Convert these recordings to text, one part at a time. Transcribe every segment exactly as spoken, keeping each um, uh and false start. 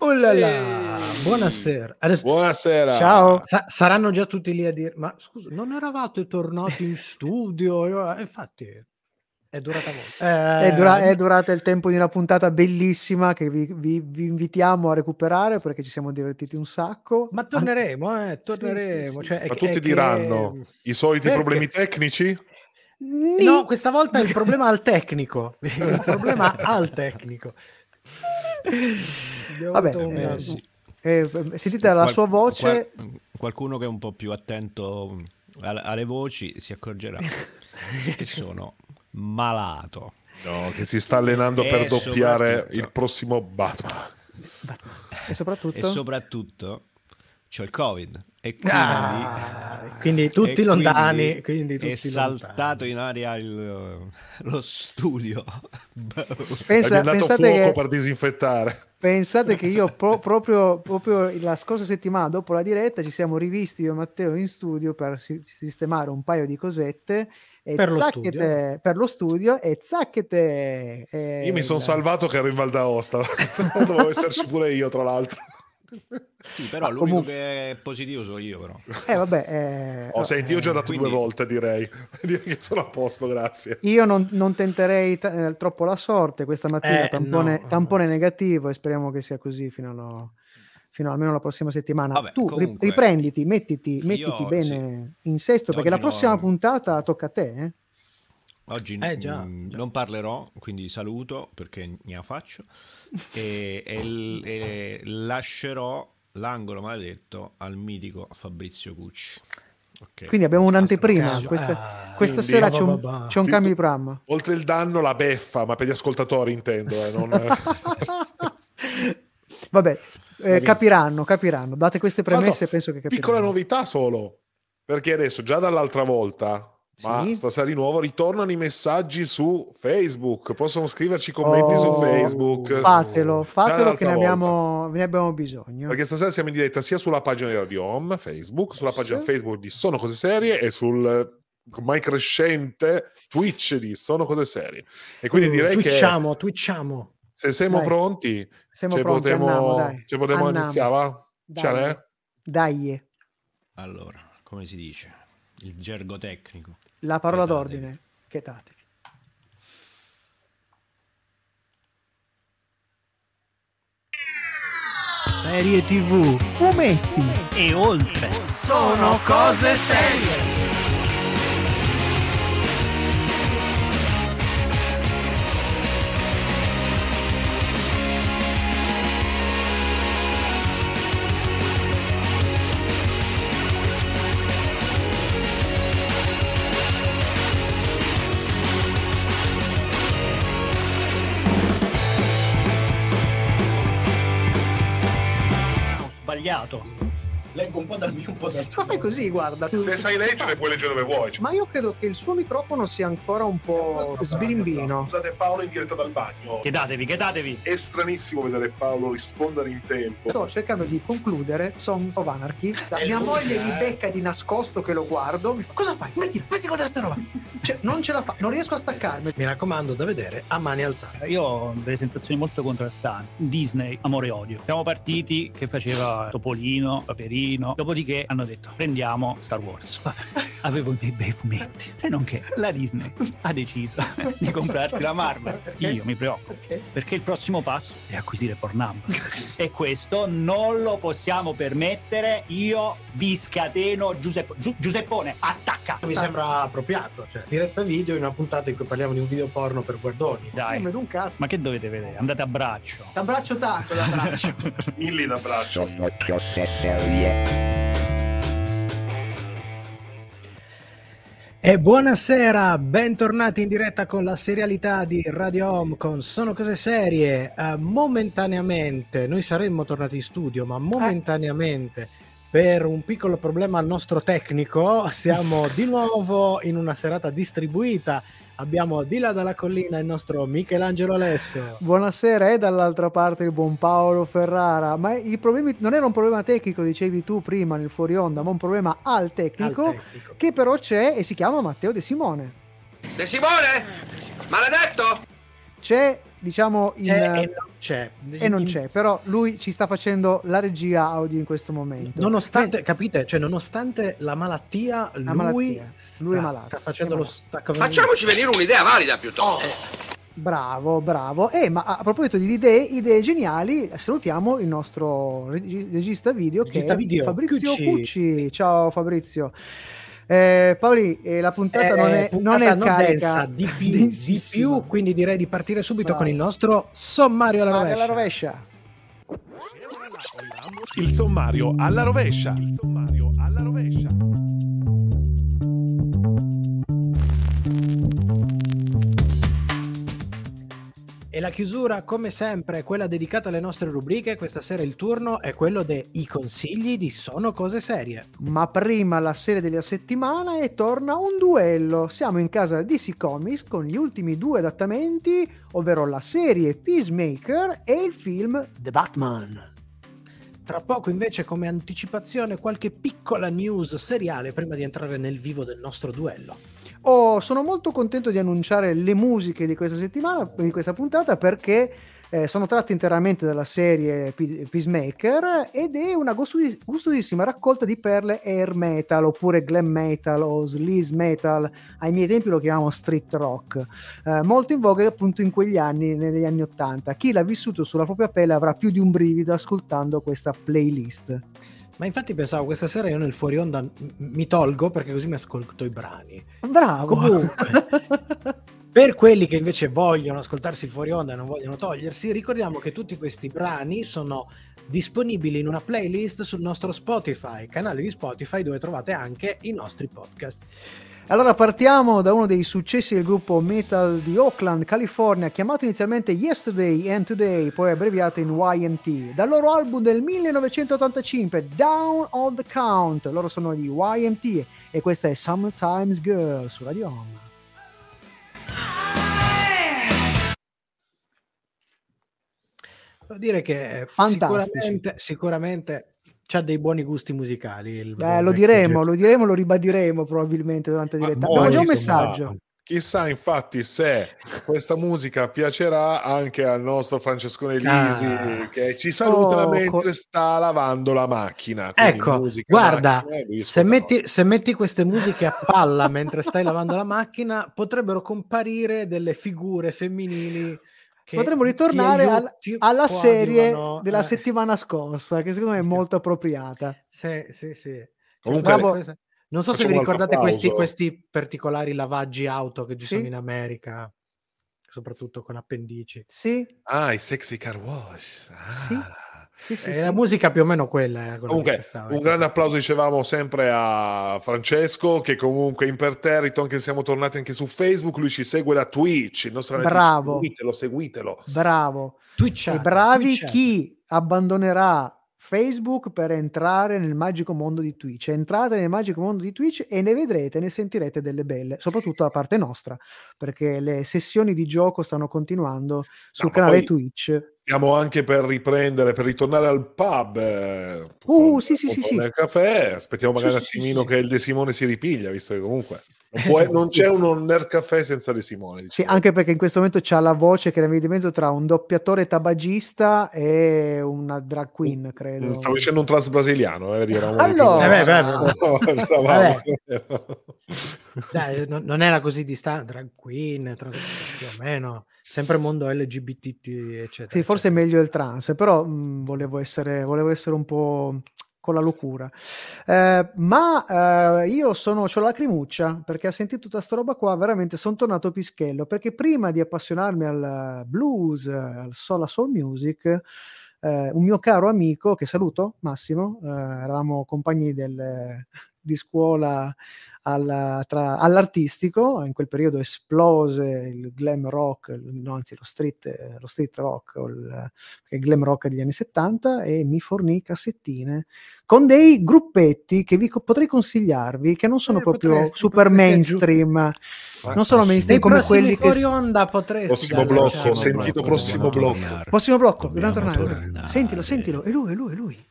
Oh là là, buonasera. Adesso, Buonasera. Ciao. sa- saranno già tutti lì a dire: ma scusa, non eravate tornati in studio? Io- eh, Infatti, è durata molto. È, Eh, dura- è durata il tempo di una puntata bellissima che vi, vi- vi invitiamo a recuperare perché ci siamo divertiti un sacco. ma torneremo, eh, torneremo. sì, Cioè, è Ma che- tutti è che- diranno i soliti Perché? problemi tecnici? Ni- No, questa volta il problema al tecnico. Il problema al tecnico. Abbiamo Vabbè, avuto un- eh, sì. eh, sentite la Qual- sua voce. qual- qualcuno che è un po' più attento alle, alle voci si accorgerà che sono malato. No, che si sta allenando E per doppiare soprattutto- il prossimo Batman. E soprattutto, E soprattutto c'ho il Covid e quindi, Ah, quindi tutti e lontani, quindi quindi tutti è saltato lontani. in aria il- lo studio. pensa- Abbiamo dato pensate, fuoco che, per disinfettare. pensate che io pro- proprio, proprio la scorsa settimana dopo la diretta ci siamo rivisti io e Matteo in studio per si- sistemare un paio di cosette e Per lo zacchete per lo studio e zacchete e Io mi sono il- salvato che ero in Val d'Aosta. Dovevo esserci pure io, tra l'altro. Sì, però Ma l'unico comunque- che è positivo sono io, però. eh vabbè eh, Oh, senti, io ho già dato quindi- due volte, direi. Direi che sono a posto, grazie. io non, non tenterei t- eh, troppo la sorte questa mattina, Eh, tampone, no. tampone negativo e speriamo che sia così fino, a, fino almeno la prossima settimana. Vabbè, tu ri- comunque, riprenditi, mettiti, io- mettiti bene in sesto perché Oggi la prossima no. puntata tocca a te. Eh? Oggi Eh, già, mm, già. non parlerò, quindi saluto perché ne faccio e, e l- e lascerò l'angolo maledetto al mitico Fabrizio Cucci. Ok. Quindi abbiamo un'anteprima. Prossima Questa, Ah, questa quindi- sera c'è un, Bababà. c'è un Sì, Camipram. Oltre il danno, la beffa, ma per gli ascoltatori intendo. Eh, non... Vabbè, eh, capiranno, capiranno. Date queste premesse, Tanto, penso che capiranno. piccola novità solo, perché adesso già dall'altra volta, ma Sì. stasera di nuovo ritornano i messaggi su Facebook, possono scriverci commenti Oh, su Facebook. Fatelo, fatelo Già che ne l'altra abbiamo, ne abbiamo bisogno. Perché stasera siamo in diretta sia sulla pagina di Radio Home Facebook, sulla pagina Sì. Facebook di Sono Cose Serie e sul eh, mai crescente Twitch di Sono Cose Serie. E quindi Uh, direi che twitchiamo, twitchiamo. se siamo Dai. pronti, Siamo ci pronti, potremo, andiamo, dai. ci potremo Andiamo. iniziare, va? Dai. Ciao, Dai, Allora, come si dice? Il gergo tecnico. la parola Chetatevi. d'ordine. Chetatevi. Serie tivù. Fumetti. e oltre. Sono cose serie. Sbagliato. Leggo un po' dal mio, un po' dal tuo. Ma fai così, guarda. Se sai leggere puoi leggere dove vuoi. Ma io credo che il suo microfono sia ancora un po' sbirimbino. Scusate Paolo in diretta dal bagno. Chiedatevi, chiedatevi. È stranissimo vedere Paolo rispondere in tempo. Sto cercando di concludere Songs of Anarchy. La mia moglie mi becca di nascosto che lo guardo. Mi fa, cosa fai? Metti, metti con questa roba. Cioè, non ce la fa, non riesco a staccarmi. Mi raccomando, da vedere a mani alzate. Io ho delle sensazioni molto contrastanti. Disney, amore e odio. Siamo partiti che faceva Topolino, Paperino. Dopodiché hanno detto prendiamo Star Wars. Avevo i miei bei fumetti. Se non che la Disney ha deciso di comprarsi la Marvel. Io mi preoccupo. Ok. Perché il prossimo passo è acquisire Pornhub. E questo non lo possiamo permettere. Io vi scateno Giuseppe, Giu- Giuseppone, attacca! Mi sembra appropriato, cioè diretta video in una puntata in cui parliamo di un video porno per guardoni. Dai. Non vedo un cazzo. Ma che dovete vedere? Andate a braccio. T'abbraccio tanto, l'abbraccio. Illi d'abbraccio. E buonasera, bentornati in diretta con la serialità di Radio Home con Sono Cose Serie. Eh, momentaneamente, noi saremmo tornati in studio, ma momentaneamente per un piccolo problema al nostro tecnico siamo di nuovo in una serata distribuita. Abbiamo di là dalla collina il nostro Michelangelo Alessio. Buonasera, e dall'altra parte il buon Paolo Ferrara. Ma i problemi non era un problema tecnico, dicevi tu prima nel fuori onda, ma un problema al tecnico, Al tecnico. che però c'è e si chiama Matteo De Simone. De Simone? Maledetto? C'è diciamo in, c'è e non c'è e non c'è, però lui ci sta facendo la regia audio in questo momento. Nonostante, capite, cioè nonostante la malattia, La lui, malattia. sta, Lui è malato, sta facendo è lo malato. stacco. Facciamoci venire un'idea valida piuttosto. Bravo, bravo. Eh, ma a proposito di idee, idee geniali, salutiamo il nostro regi- regista video Regista che è video, Fabrizio Cucci. Cucci. Ciao Fabrizio. Eh, Paoli, eh, la puntata Eh, non è, puntata non è non carica, densa, di più, di densissima. più, quindi direi di partire subito Bravo. con il nostro sommario alla Mario rovescia. alla rovescia. Il sommario alla rovescia. Il sommario alla rovescia. E la chiusura, come sempre, è quella dedicata alle nostre rubriche. Questa sera il turno è quello dei consigli di Sono Cose Serie. Ma prima la serie della settimana e torna un duello. Siamo in casa D C Comics con gli ultimi due adattamenti, ovvero la serie Peacemaker e il film The Batman. Tra poco invece, come anticipazione, qualche piccola news seriale prima di entrare nel vivo del nostro duello. Oh, sono molto contento di annunciare le musiche di questa settimana, di questa puntata, perché eh, sono tratte interamente dalla serie Pe- Peacemaker ed è una gustosissima, gustosissima raccolta di perle air metal oppure glam metal o sleaze metal. Ai miei tempi lo chiamavamo street rock, eh, molto in voga appunto in quegli anni, negli anni ottanta. Chi l'ha vissuto sulla propria pelle avrà più di un brivido ascoltando questa playlist. Ma infatti pensavo questa sera io nel fuori onda m- mi tolgo perché così mi ascolto i brani. Bravo. Comunque, per quelli che invece vogliono ascoltarsi il fuori onda e non vogliono togliersi, ricordiamo che tutti questi brani sono disponibili in una playlist sul nostro Spotify, canale di Spotify, dove trovate anche i nostri podcast. Allora partiamo da uno dei successi del gruppo metal di Oakland, California, chiamato inizialmente Yesterday and Today, poi abbreviato in Y M T. Dal loro album del millenovecentottantacinque, Down on the Count, loro sono di Y M T e questa è Sometimes Girl su Radio Home. Devo dire che Fantastici. sicuramente, sicuramente c'ha dei buoni gusti musicali. Il Eh, lo diremo, lo diremo, lo ribadiremo probabilmente durante la diretta. Ma Abbiamo già un poi, messaggio. insomma, chissà infatti se questa musica piacerà anche al nostro Francescone Lisi, Ah. che ci saluta Oh, mentre co- sta lavando la macchina. Quindi Ecco, musica, guarda, macchina, e lui se ascolta metti, se metti queste musiche a palla mentre stai lavando la macchina, potrebbero comparire delle figure femminili che Potremmo ti ritornare aiu- al- ti alla serie coadiuvano, della eh. settimana scorsa, che secondo me è molto appropriata. Sì, sì, sì. Comunque, Bravo. Questa- Non so se vi facciamo un altro ricordate questi, applauso. questi particolari lavaggi auto che ci Sì. sono in America, soprattutto con appendici. Sì, Ah, i sexy car wash. Ah. Sì. sì, sì. E sì. la musica più o meno quella è quella che Comunque, stava. un grande applauso dicevamo sempre a Francesco, che comunque è imperterrito, anche se siamo tornati anche su Facebook, lui ci segue da Twitch, il nostro canale Bravo. Twitch, seguitelo, seguitelo. Bravo. Twitch, E bravi chi abbandonerà Facebook per entrare nel magico mondo di Twitch. Entrate nel magico mondo di Twitch e ne vedrete, ne sentirete delle belle, soprattutto da parte nostra, perché le sessioni di gioco stanno continuando sul ma canale poi- Twitch. Stiamo anche per riprendere, per ritornare al pub. eh, Uh, con- sì, sì, sì, con sì. il caffè. Aspettiamo magari Sì, un sì, sì, attimino sì. che il De Simone si ripiglia, visto che comunque non, può- Esatto. non c'è un nerd caffè senza De Simone. Sì, diciamo. anche perché in questo momento c'ha la voce che è nella via di mezzo tra un doppiatore tabagista e una drag queen, credo. Stavo dicendo un trans brasiliano, eh, eravamo Allora. Eh, beh, beh, beh. No, eravamo- Vabbè. Dai, non, non era così distante, drag queen, tra- più o meno, sempre mondo L G B T, eccetera. Sì, forse è eccetera. meglio il trans, però mh, volevo essere, volevo essere un po' con la locura. Eh, ma eh, io sono, c'ho la lacrimuccia perché a sentire tutta sta roba qua veramente sono tornato pischello, perché prima di appassionarmi al blues, al soul, alla soul music, eh, un mio caro amico, che saluto, Massimo, eh, eravamo compagni del, di scuola alla- tra- all'artistico, in quel periodo esplose il glam rock, il- no, anzi lo street, eh, lo street rock, o il, il glam rock degli anni settanta, e mi fornì cassettine con dei gruppetti che vi co- potrei consigliarvi, che non sono Eh, proprio potresti, super potresti mainstream, non sono mainstream Nei come prossimi quelli che... fuori onda potresti Prossimo dare, blocco, diciamo, sentito prossimo blocco. Prossimo blocco, dobbiamo Dobbiamo tornare. tornare. Sentilo, sentilo, è lui, è lui, è lui.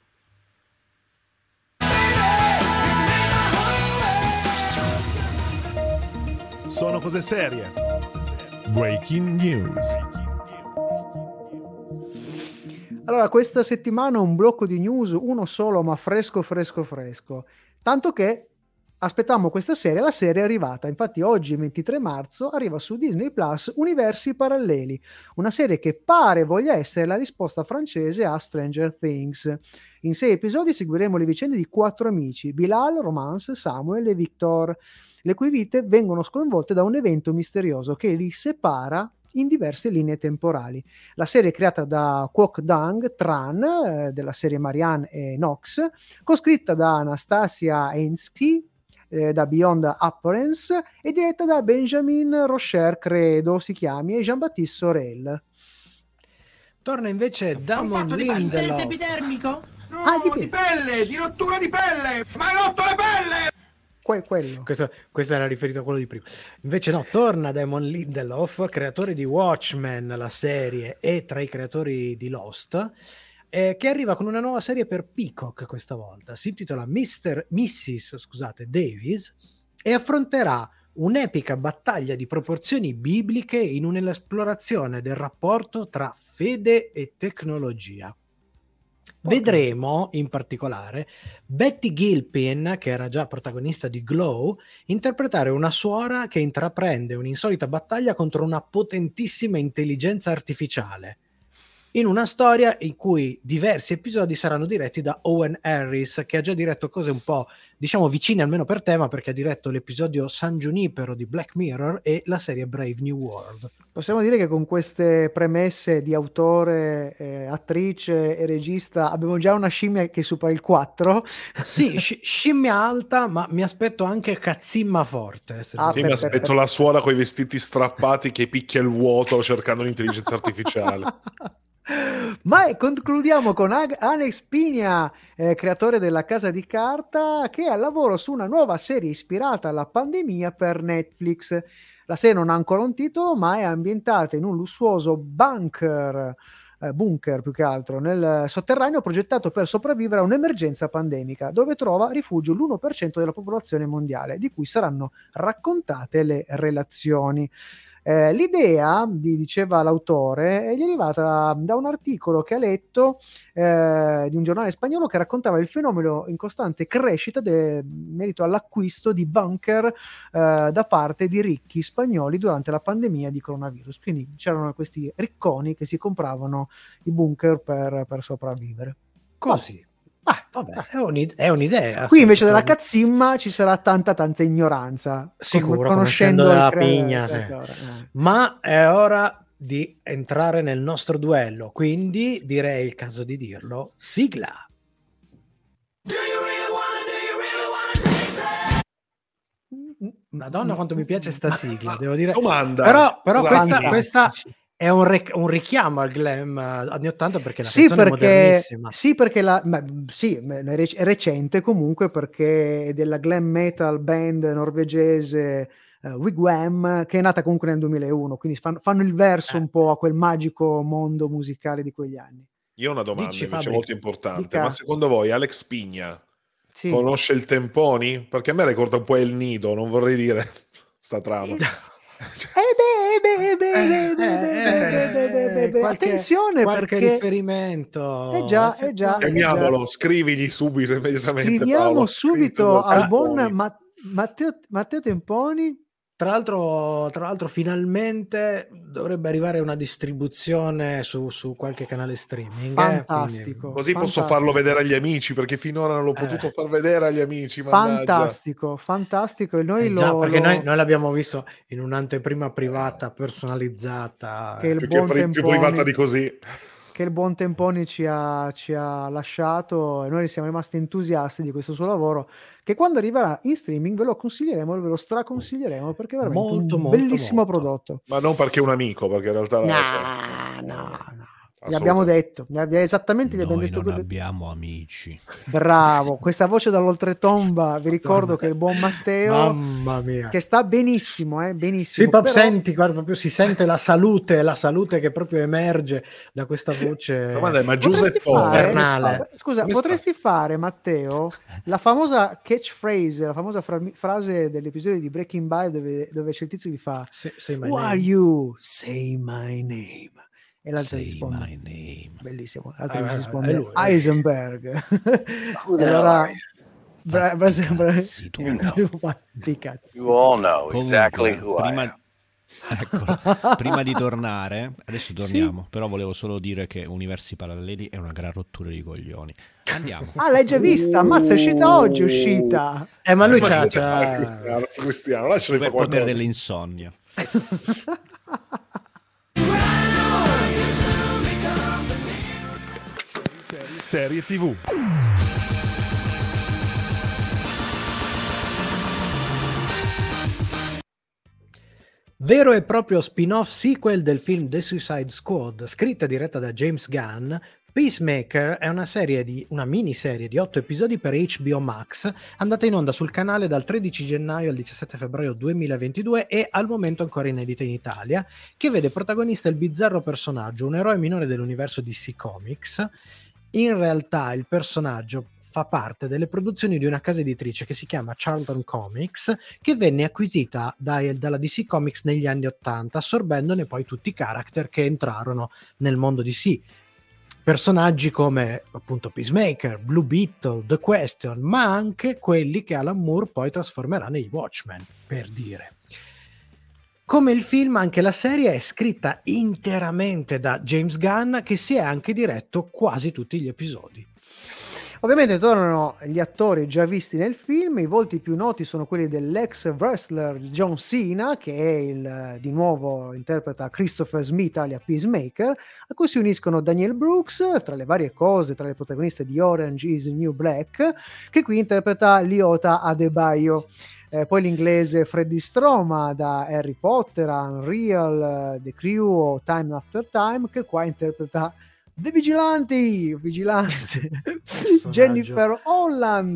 Sono cose serie. Breaking news. Allora, questa settimana un blocco di news, uno solo, ma fresco, fresco, fresco. Tanto che aspettiamo questa serie, la serie è arrivata. Infatti oggi, ventitré marzo, arriva su Disney Plus Universi Paralleli, una serie che pare voglia essere la risposta francese a Stranger Things. In sei episodi seguiremo le vicende di quattro amici, Bilal, Romance, Samuel e Victor, le cui vite vengono sconvolte da un evento misterioso che li separa in diverse linee temporali. La serie è creata da Quoc Dang Tran, eh, della serie Marianne e Nox, coscritta da Anastasia Ainsky, eh, da Beyond Appearance, e diretta da Benjamin Rocher, credo si chiami, e Jean-Baptiste Sorel. Torna invece Damon Lindelof. epidermico? No, Ah, di di pelle, di rottura di pelle! Ma hai rotto le pelle! Que- quello. Questo, questo era riferito a quello di prima. Invece no, torna Damon Lindelof, creatore di Watchmen, la serie, e tra i creatori di Lost, eh, che arriva con una nuova serie per Peacock questa volta. Si intitola mister missus scusate, Davis, e affronterà un'epica battaglia di proporzioni bibliche in un'esplorazione del rapporto tra fede e tecnologia. Vedremo in particolare Betty Gilpin, che era già protagonista di Glow, interpretare una suora che intraprende un'insolita battaglia contro una potentissima intelligenza artificiale, in una storia in cui diversi episodi saranno diretti da Owen Harris, che ha già diretto cose un po', diciamo, vicine almeno per tema, perché ha diretto l'episodio San Junipero di Black Mirror e la serie Brave New World. Possiamo dire che con queste premesse di autore, eh, attrice e regista abbiamo già una scimmia che supera il quattro. Sì, sci- scimmia alta, ma mi aspetto anche cazzimma forte. se Ah, Sì, devo mi per- aspetto per- la suora con i vestiti strappati che picchia il vuoto cercando l'intelligenza artificiale. Ma eh, concludiamo con Ag- Alex Pigna, eh, creatore della Casa di Carta, che è al lavoro su una nuova serie ispirata alla pandemia per Netflix. La serie non ha ancora un titolo, ma è ambientata in un lussuoso bunker, eh, bunker più che altro, nel sotterraneo progettato per sopravvivere a un'emergenza pandemica, dove trova rifugio l'uno per cento della popolazione mondiale, di cui saranno raccontate le relazioni. Eh, l'idea, di, diceva l'autore, è arrivata da un articolo che ha letto eh, di un giornale spagnolo che raccontava il fenomeno in costante crescita de, in merito all'acquisto di bunker eh, da parte di ricchi spagnoli durante la pandemia di coronavirus. Quindi c'erano questi ricconi che si compravano i bunker per, per sopravvivere. Così. Ah, Vabbè, è, un'id- è un'idea. qui invece della Insomma. cazzimma ci sarà tanta tanta ignoranza. Sicuro, con- conoscendo il la cre- pigna, sì. creatore, eh. Ma è ora di entrare nel nostro duello, quindi direi il caso di dirlo. Sigla. Madonna quanto mi piace sta sigla, devo dire. Domanda. Però, però Scusa, questa, Anni. questa è un, rec- un richiamo al glam eh, anni ottanta, perché la Sì canzone è perché, modernissima. sì, perché la, ma, sì, è rec- è recente comunque, perché è della glam metal band norvegese eh, Wigwam, che è nata comunque nel duemilauno, quindi fanno, fanno il verso Eh. un po' a quel magico mondo musicale di quegli anni. Io ho una domanda Dici, invece Fabri. molto importante. Dica. Ma secondo voi Alex Pigna Sì. conosce il Temponi? Perché a me ricorda un po' El Nido, non vorrei dire sta trama. Eh beh, beh, beh, beh, beh, beh, beh, beh, beh, beh, beh. qualche- Attenzione, qualche perché riferimento. Eh già, eh già, eh Chiamiamolo, scrivigli subito immediatamente. scriviamo Paolo, subito scrivi al buon Temponi. Ma- Matteo, Matteo Temponi. Tra l'altro, tra l'altro, finalmente dovrebbe arrivare una distribuzione su, su qualche canale streaming. eh, Fantastico. quindi- Così posso Fantastico. farlo vedere agli amici, perché finora non l'ho Eh. potuto far vedere agli amici. Mannaggia. Fantastico, fantastico. E noi Eh già, lo, perché lo- noi, noi l'abbiamo visto in un'anteprima privata personalizzata. Che il Più, che buon pri- più Temponi- privata di così. che il buon Temponi ci ha, ci ha lasciato, e noi siamo rimasti entusiasti di questo suo lavoro, che quando arriverà in streaming ve lo consiglieremo, ve lo straconsiglieremo, perché è veramente Molto, un molto, bellissimo molto. prodotto. Ma non perché è un amico, perché in realtà... No, cioè, no, no. Gli assolutamente. abbiamo detto, gli abbiamo- esattamente gli abbiamo Noi detto non quello- abbiamo amici. Bravo, questa voce dall'oltretomba, vi ricordo che il buon Matteo, Mamma mia. che sta benissimo, eh, Sì, benissimo. proprio però- senti, guarda, proprio si sente la salute, la salute che proprio emerge da questa voce. Domanda è, ma Potresti Giuseppone... fare- come sta? Vernale. Scusa, Come potresti fare, Matteo, la famosa catchphrase, la famosa fra- frase dell'episodio di Breaking Bad dove, dove c'è il tizio che gli fa Sì, sì, ma Who are you? Say my name. E l'altro Say risponde, my name. bellissimo, l'altro Ah, gli è risponde lui. Heisenberg. Who the E hell allora are you? bra- bra- Fatti bra- cazzi tu. You know. fatti cazzi. You all know Comunque, exactly who I prima, am. eccolo, prima di tornare, adesso torniamo, però volevo solo dire che Universi Paralleli è una gran rottura di coglioni. Andiamo. Ah, l'hai già vista? Ammazza, è uscita oggi, è uscita. Eh, ma lui Ma c'ha, cosa c'ha- fare, Cristiano, Cristiano, lasciali Per fare potere qualcosa. dell'insonnia. Serie tivù. Vero e proprio spin-off sequel del film The Suicide Squad, scritta e diretta da James Gunn, Peacemaker è una serie di una miniserie di otto episodi per H B O Max, andata in onda sul canale dal tredici gennaio al diciassette febbraio duemilaventidue e al momento ancora inedita in Italia, che vede protagonista il bizzarro personaggio, un eroe minore dell'universo D C Comics. In realtà il personaggio fa parte delle produzioni di una casa editrice che si chiama Charlton Comics, che venne acquisita dai, dalla D C Comics negli anni ottanta, assorbendone poi tutti i character che entrarono nel mondo D C. Personaggi come appunto Peacemaker, Blue Beetle, The Question, ma anche quelli che Alan Moore poi trasformerà nei Watchmen, per dire. Come il film, anche la serie è scritta interamente da James Gunn, che si è anche diretto quasi tutti gli episodi. Ovviamente tornano gli attori già visti nel film, i volti più noti sono quelli dell'ex wrestler John Cena, che è il, di nuovo interpreta Christopher Smith alia Peacemaker, a cui si uniscono Daniel Brooks, tra le varie cose, tra le protagoniste di Orange is the New Black, che qui interpreta Lyota Adebayo. Eh, poi l'inglese Freddie Stroma da Harry Potter, Unreal, The Crew o Time After Time, che qua interpreta The Vigilanti, Vigilante. Jennifer Holland,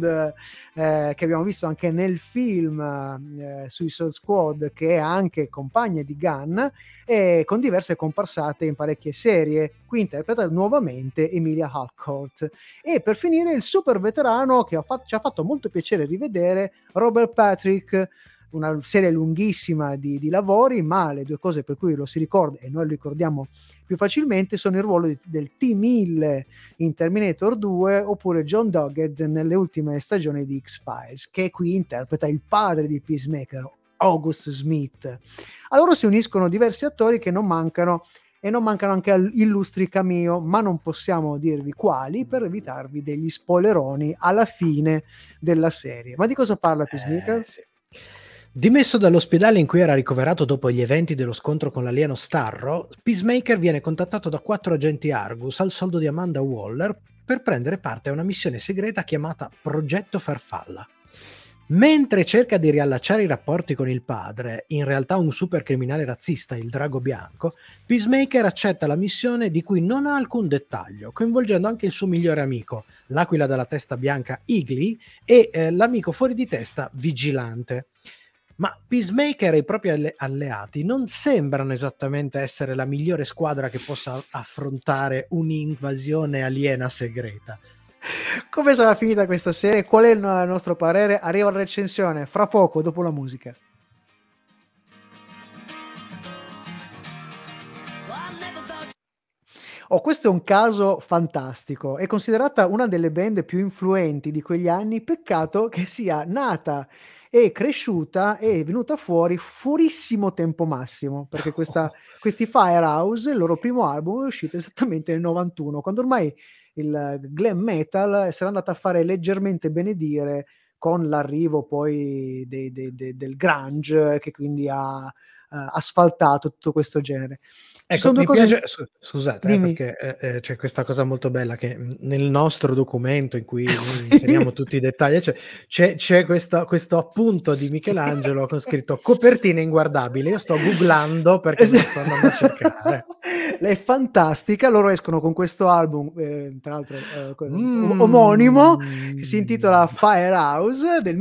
eh, che abbiamo visto anche nel film eh, Suicide Squad, che è anche compagna di Gunn e con diverse comparsate in parecchie serie. Qui interpreta nuovamente Emilia Harcourt. E per finire il super veterano che ho fatto, ci ha fatto molto piacere rivedere, Robert Patrick, una serie lunghissima di, di lavori, ma le due cose per cui lo si ricorda e noi lo ricordiamo più facilmente sono il ruolo di, del T mille in Terminator due oppure John Doggett nelle ultime stagioni di X-Files, che qui interpreta il padre di Peacemaker, August Smith. A loro si uniscono diversi attori che non mancano e non mancano anche illustri cameo, ma non possiamo dirvi quali per evitarvi degli spoileroni alla fine della serie. Ma di cosa parla Peacemaker? Eh, sì. Dimesso dall'ospedale in cui era ricoverato dopo gli eventi dello scontro con l'alieno Starro, Peacemaker viene contattato da quattro agenti Argus al soldo di Amanda Waller per prendere parte a una missione segreta chiamata Progetto Farfalla. Mentre cerca di riallacciare i rapporti con il padre, in realtà un supercriminale razzista, il Drago Bianco, Peacemaker accetta la missione di cui non ha alcun dettaglio, coinvolgendo anche il suo migliore amico, l'aquila dalla testa bianca Eagly, e eh, l'amico fuori di testa Vigilante. Ma Peacemaker e i propri alle- alleati non sembrano esattamente essere la migliore squadra che possa affrontare un'invasione aliena segreta. Come sarà finita questa serie? Qual è il nostro parere? Arriva la recensione fra poco, dopo la musica. Oh, questo è un caso fantastico. È considerata una delle band più influenti di quegli anni. Peccato che sia nata e cresciuta e venuta fuori fuorissimo tempo massimo, perché questa, questi Firehouse, il loro primo album, è uscito esattamente nel novantuno, quando ormai il glam metal si era andato a fare leggermente benedire con l'arrivo poi de, de, de, del grunge, che quindi ha uh, asfaltato tutto questo genere. Ci Ecco, sono due mi cose... piace, su- scusate, eh, Dimmi. perché eh, eh, c'è questa cosa molto bella che mh, nel nostro documento in cui noi inseriamo tutti i dettagli, cioè, c'è, c'è questo, questo appunto di Michelangelo con scritto copertina inguardabile. Io sto googlando perché me lo sto andando a cercare. È fantastica, loro escono con questo album, eh, tra l'altro eh, Mm. omonimo, che si intitola Firehouse del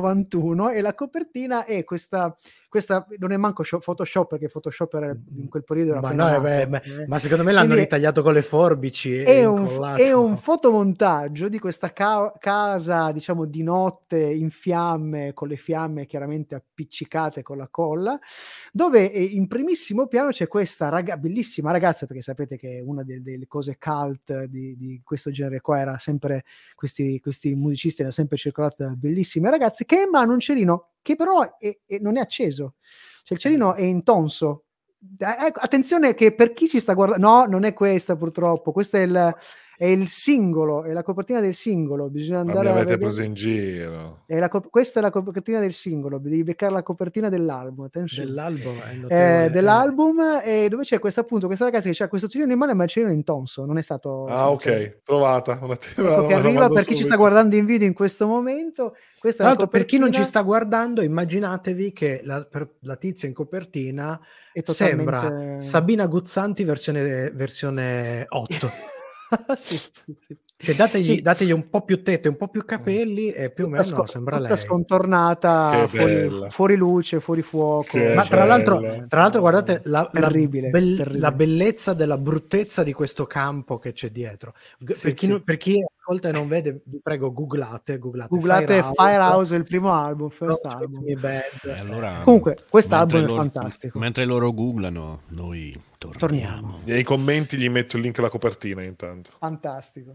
millenovecentonovantuno, e la copertina è questa, questa non è manco Photoshop, perché Photoshop era in quel periodo periodo era Ma, appena no, nato, beh, beh, eh. ma secondo me l'hanno Quindi ritagliato con le forbici e è un, incollato. è un fotomontaggio di questa ca- casa, diciamo, di notte in fiamme, con le fiamme chiaramente appiccicate con la colla, dove eh, in primissimo piano c'è questa raga- bellissima ragazza, perché sapete che una delle, delle cose cult di, di questo genere qua era sempre questi, questi musicisti hanno sempre circolato da bellissime ragazze, che ha in mano un cerino che però è- è- non è acceso, cioè il cerino è intonso. Eh, ecco, attenzione che per chi ci sta guardando, no, non è questa purtroppo, questo è il, è il singolo, è la copertina del singolo, bisogna Ma mi andare a avete vedere. preso in giro. È la co- questa è la copertina del singolo, devi beccare la copertina dell'album, attenzione. Dell'album è notevole, Eh, eh. dell'album, e dove c'è questa appunto questa ragazza che ha questo cerino in mano, ma il cerino è intonso, non è stato Ah, ok, selezionato. trovata. Un attimo, Ecco me che lo arriva mando per chi ci sta subito. guardando in video in questo momento. Questa è Tra la l'altro, per chi non ci copertina, sta guardando, immaginatevi che la, per- la tizia in copertina è sembra totalmente Sabina Guzzanti versione, versione otto. sì, sì, sì. Cioè dategli, Sì. dategli un po' più tette, un po' più capelli e più o Tutta, meno sco- sembra tutta lei. scontornata, Che fuori, bella. fuori luce, fuori fuoco. Che Ma tra l'altro, bella. tra l'altro guardate la, la Terribile, bel- terribile. la bellezza della bruttezza di questo campo che c'è dietro. G- Sì, per, chi sì. non- per chi ascolta e non vede, vi prego, googlate, googlate, Googlate Firehouse, Firehouse, il primo album, first Don't Treat album. Me Bad. E allora, Comunque, quest'album mentre è loro- fantastico. Mentre loro googlano, noi torniamo. Torniamo. Nei commenti gli metto il link alla copertina intanto. Fantastico.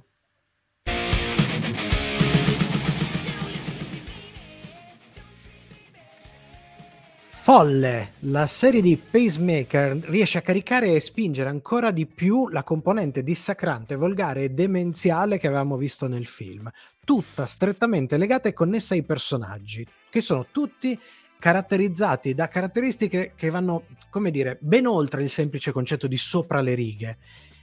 Folle, la serie di Pacemaker riesce a caricare e spingere ancora di più la componente dissacrante, volgare e demenziale che avevamo visto nel film, tutta strettamente legata e connessa ai personaggi, che sono tutti caratterizzati da caratteristiche che vanno, come dire, ben oltre il semplice concetto di sopra le righe.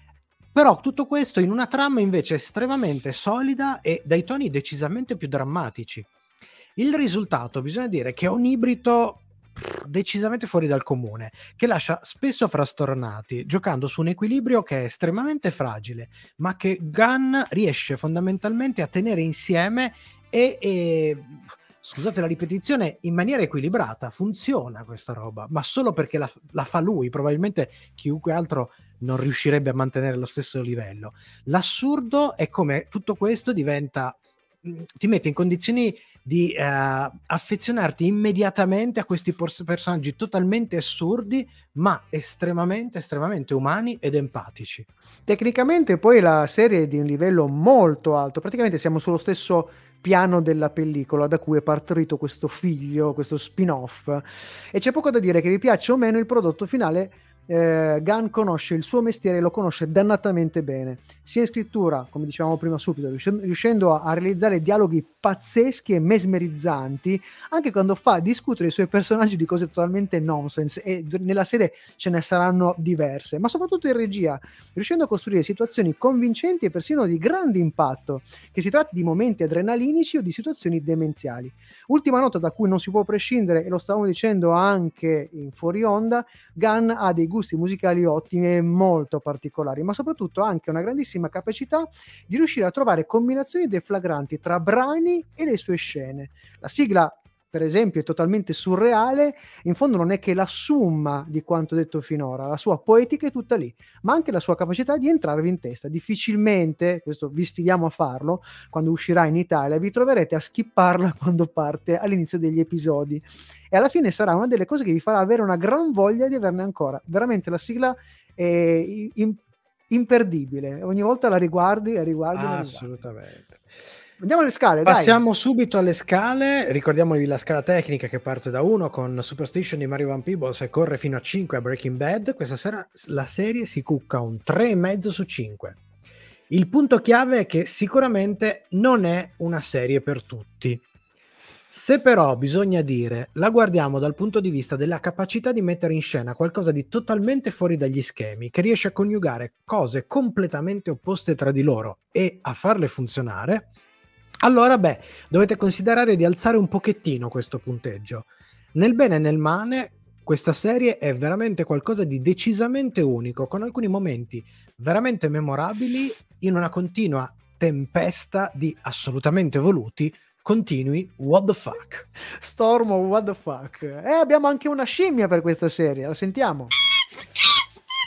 Però tutto questo in una trama invece estremamente solida e dai toni decisamente più drammatici. Il risultato, bisogna dire, che è un ibrido decisamente fuori dal comune, che lascia spesso frastornati, giocando su un equilibrio che è estremamente fragile, ma che Gunn riesce fondamentalmente a tenere insieme e, e scusate la ripetizione, in maniera equilibrata. Funziona questa roba, ma solo perché la, la fa lui. Probabilmente chiunque altro non riuscirebbe a mantenere lo stesso livello. L'assurdo è come tutto questo diventa, ti mette in condizioni di uh, affezionarti immediatamente a questi pers- personaggi totalmente assurdi, ma estremamente, estremamente umani ed empatici. Tecnicamente poi la serie è di un livello molto alto, praticamente siamo sullo stesso piano della pellicola da cui è partorito questo figlio, questo spin-off, e c'è poco da dire che vi piaccia o meno il prodotto finale. eh, Gunn conosce il suo mestiere e lo conosce dannatamente bene, sia in scrittura, come dicevamo prima subito, riuscendo, riuscendo a, a realizzare dialoghi pazzeschi e mesmerizzanti, anche quando fa discutere i suoi personaggi di cose totalmente nonsense, e nella serie ce ne saranno diverse, ma soprattutto in regia, riuscendo a costruire situazioni convincenti e persino di grande impatto, che si tratti di momenti adrenalinici o di situazioni demenziali. Ultima nota da cui non si può prescindere, e lo stavamo dicendo anche in fuori onda, Gunn ha dei gusti musicali ottimi e molto particolari, ma soprattutto anche una grandissima capacità di riuscire a trovare combinazioni deflagranti tra brani e le sue scene. La sigla, per esempio, è totalmente surreale, in fondo non è che la summa di quanto detto finora, la sua poetica è tutta lì, ma anche la sua capacità di entrarvi in testa. Difficilmente, questo vi sfidiamo a farlo, quando uscirà in Italia vi troverete a skipparla quando parte all'inizio degli episodi, e alla fine sarà una delle cose che vi farà avere una gran voglia di averne ancora. Veramente la sigla è in- imperdibile, ogni volta la riguardi e riguardi, la riguardi. Assolutamente. Andiamo alle scale, Passiamo dai. subito alle scale. Ricordiamovi la scala tecnica che parte da uno con Superstition di Mario Van Peebles e corre fino a cinque a Breaking Bad. Questa sera la serie si cucca un tre e mezzo su cinque. Il punto chiave è che sicuramente non è una serie per tutti. Se però bisogna dire, la guardiamo dal punto di vista della capacità di mettere in scena qualcosa di totalmente fuori dagli schemi, che riesce a coniugare cose completamente opposte tra di loro e a farle funzionare, allora beh, dovete considerare di alzare un pochettino questo punteggio. Nel bene e nel male, questa serie è veramente qualcosa di decisamente unico, con alcuni momenti veramente memorabili in una continua tempesta di assolutamente voluti continui what the fuck. Storm of what the fuck. E eh, abbiamo anche una scimmia per questa serie, la sentiamo.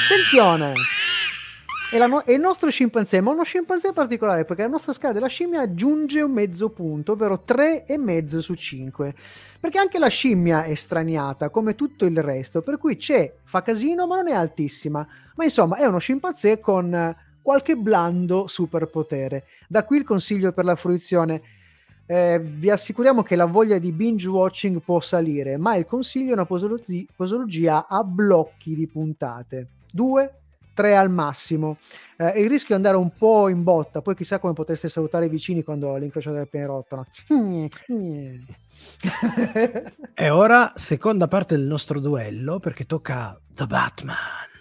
Attenzione! È, la no- è il nostro scimpanzé, ma uno scimpanzé particolare, perché la nostra scala della scimmia aggiunge un mezzo punto, ovvero tre e mezzo su cinque. Perché anche la scimmia è straniata, come tutto il resto, per cui c'è, fa casino, ma non è altissima. Ma insomma, è uno scimpanzé con eh, qualche blando superpotere. Da qui il consiglio per la fruizione. Eh, vi assicuriamo che la voglia di binge watching può salire, ma il consiglio è una posologi- posologia a blocchi di puntate. Due, tre al massimo. Eh, il rischio è andare un po' in botta, poi chissà come potreste salutare i vicini quando l'incrociate del pianerottolo. E ora seconda parte del nostro duello, perché tocca The Batman.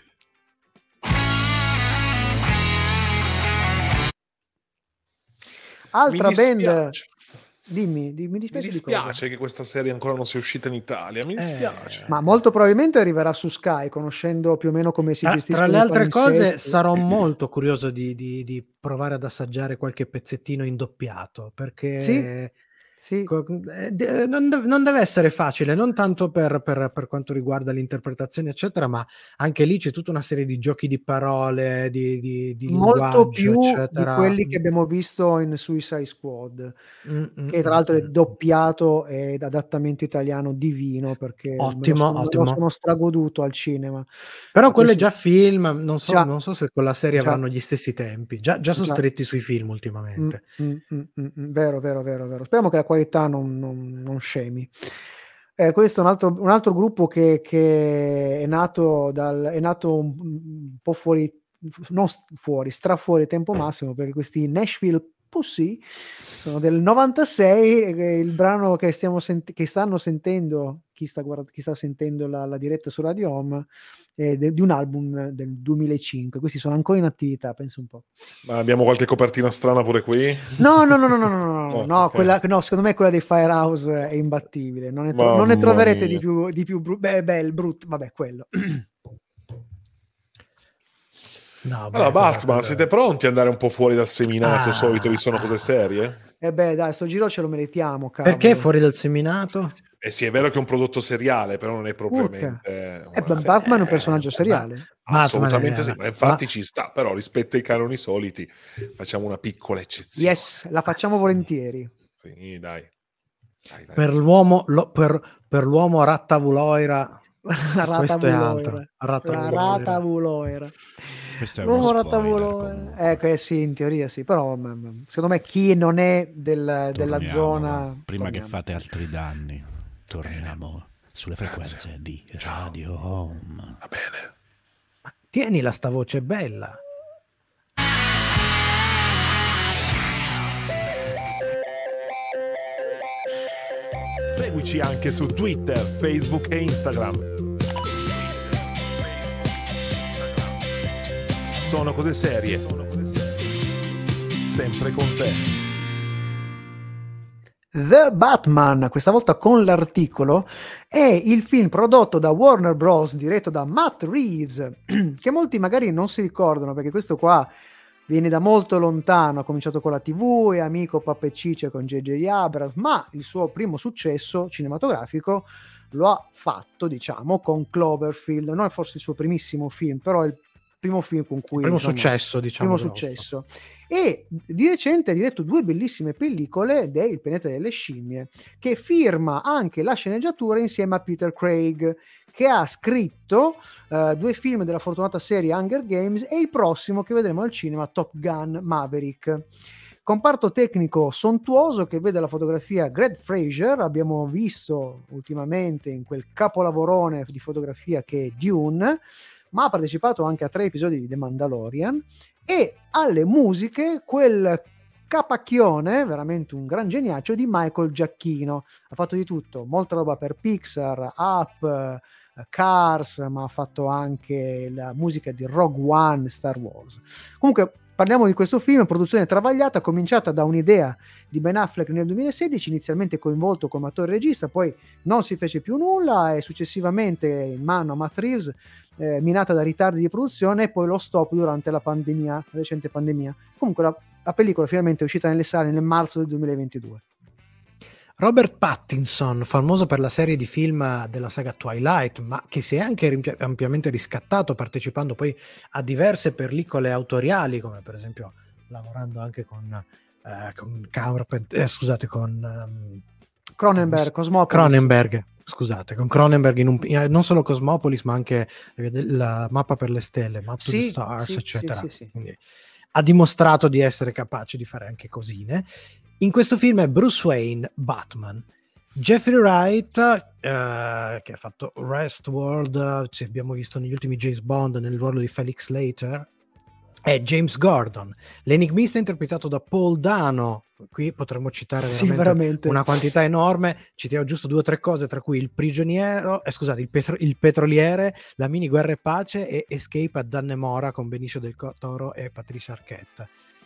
Altra Mi band. dispiace. Dimmi, di- mi Mi dispiace, di dispiace cosa? che questa serie ancora non sia uscita in Italia, mi dispiace. Eh, Ma molto probabilmente arriverà su Sky, conoscendo più o meno come si Tra, gestiscono tra le i altre cose palinsesti. sarò molto curioso di, di- di provare ad assaggiare qualche pezzettino in doppiato, perché Sì, sì. co- eh, de- non, de- non deve essere facile, non tanto per, per- per quanto riguarda l'interpretazione eccetera, ma anche lì c'è tutta una serie di giochi di parole, di, di- di Molto linguaggio più di eccetera. quelli che abbiamo visto in Suicide Squad, Mm, mm, che tra mm, l'altro è mm. doppiato ed adattamento italiano divino, perché me lo Ottimo, sono, me lo ottimo. sono stragoduto al cinema. Però Ma quello è questo- già film, non so, Già. non so se con la serie Già. avranno gli stessi tempi, già, già sono Già. stretti sui film Mm, ultimamente. mm, mm, mm, mm, vero, vero, vero, vero. Speriamo che la qualità non, non- non scemi. Eh, questo è un altro, un altro gruppo che, che è nato dal, è nato un, un po' fuori, non st- fuori, stra fuori tempo massimo, perché questi Nashville Pussy sono del novantasei, e il brano che, stiamo sent- che stanno sentendo, chi sta, guard- chi sta sentendo la, la diretta su Radio Home, è de- di un album del duemilacinque. Questi sono ancora in attività, penso un po'. Ma abbiamo qualche copertina strana pure qui? No, no, no, no, no, no, no, no, Oh, no, ok. quella, no, secondo me quella dei Firehouse è imbattibile, non ne, tro- Mamma non ne troverete mia. di più, di più bru- beh, beh, brutto, vabbè, quello. No, beh, Allora, però Batman, quello- siete pronti ad andare un po' fuori dal seminato Ah, solito di Sono Cose Serie? E beh, dai, sto giro ce lo meritiamo, cavolo. Perché fuori dal seminato? Eh sì, è vero che è un prodotto seriale, però non è propriamente Urca. una Eh, beh, serie. Batman è un personaggio seriale. Batman Assolutamente è- sì, ma infatti ma- ci sta, però rispetto ai canoni soliti facciamo una piccola eccezione. Yes, la facciamo volentieri. Sì, dai. Dai, dai. Per l'uomo, lo- per, per l'uomo rattavuloira, La rata questo è altro. vuloira. La Rattavuloira. rata vuloira. Questo è uno L'uomo spoiler, rattavuloira. comunque. Ecco, eh sì, in teoria sì, però ma- ma- secondo me chi non è del- della Torniamo, zona... va. Prima che torniamo. fate altri danni, torniamo sulle frequenze Grazie. di Ciao. Radio Home. Va bene. Tienila sta voce bella. Seguici anche su Twitter, Facebook e Instagram. Sono Cose Serie. Sempre con te. The Batman, questa volta con l'articolo, è il film prodotto da Warner Bros., diretto da Matt Reeves, che molti magari non si ricordano, perché questo qua viene da molto lontano, ha cominciato con la tivù, è amico pappa e ciccia con J J Abrams, ma il suo primo successo cinematografico lo ha fatto, diciamo, con Cloverfield. Non è forse il suo primissimo film, però è il primo film con cui... Primo insomma, successo, diciamo. primo grosso. successo. E di recente ha diretto due bellissime pellicole ed è Il pianeta delle scimmie, che firma anche la sceneggiatura insieme a Peter Craig, che ha scritto uh, due film della fortunata serie Hunger Games e il prossimo che vedremo al cinema, Top Gun Maverick. Comparto tecnico sontuoso che vede la fotografia Greg Fraser, abbiamo visto ultimamente in quel capolavorone di fotografia che è Dune, ma ha partecipato anche a tre episodi di The Mandalorian, e alle musiche quel capacchione, veramente un gran geniaccio, di Michael Giacchino. Ha fatto di tutto, molta roba per Pixar, Up, Cars, ma ha fatto anche la musica di Rogue One, Star Wars. Comunque parliamo di questo film, produzione travagliata, cominciata da un'idea di Ben Affleck nel duemilasedici, inizialmente coinvolto come attore regista, poi non si fece più nulla e successivamente in mano a Matt Reeves, eh, minata da ritardi di produzione e poi lo stop durante la pandemia, la recente pandemia. Comunque la, la pellicola finalmente è uscita nelle sale nel marzo del duemilaventidue. Robert Pattinson, famoso per la serie di film della saga Twilight, ma che si è anche rimpia- ampiamente riscattato partecipando poi a diverse pellicole autoriali, come per esempio lavorando anche con, eh, con Carpenter, eh, scusate, con um, Cronenberg, Cosmopolis. Cronenberg, scusate, con Cronenberg in un, eh, non solo Cosmopolis, ma anche eh, la mappa per le stelle, Map to the Sì, Stars, sì, eccetera. sì, sì, sì. Quindi ha dimostrato di essere capace di fare anche cosine. In questo film è Bruce Wayne, Batman. Jeffrey Wright, eh, che ha fatto Westworld, ci abbiamo visto negli ultimi James Bond nel ruolo di Felix Leiter, è James Gordon. L'enigmista è interpretato da Paul Dano. Qui potremmo citare veramente, Sì, veramente. una quantità enorme. Citiamo giusto due o tre cose, tra cui il prigioniero, eh, scusate, il, petro- il petroliere, la mini Guerra e Pace e Escape a Dannemora con Benicio del Toro e Patricia Arquette.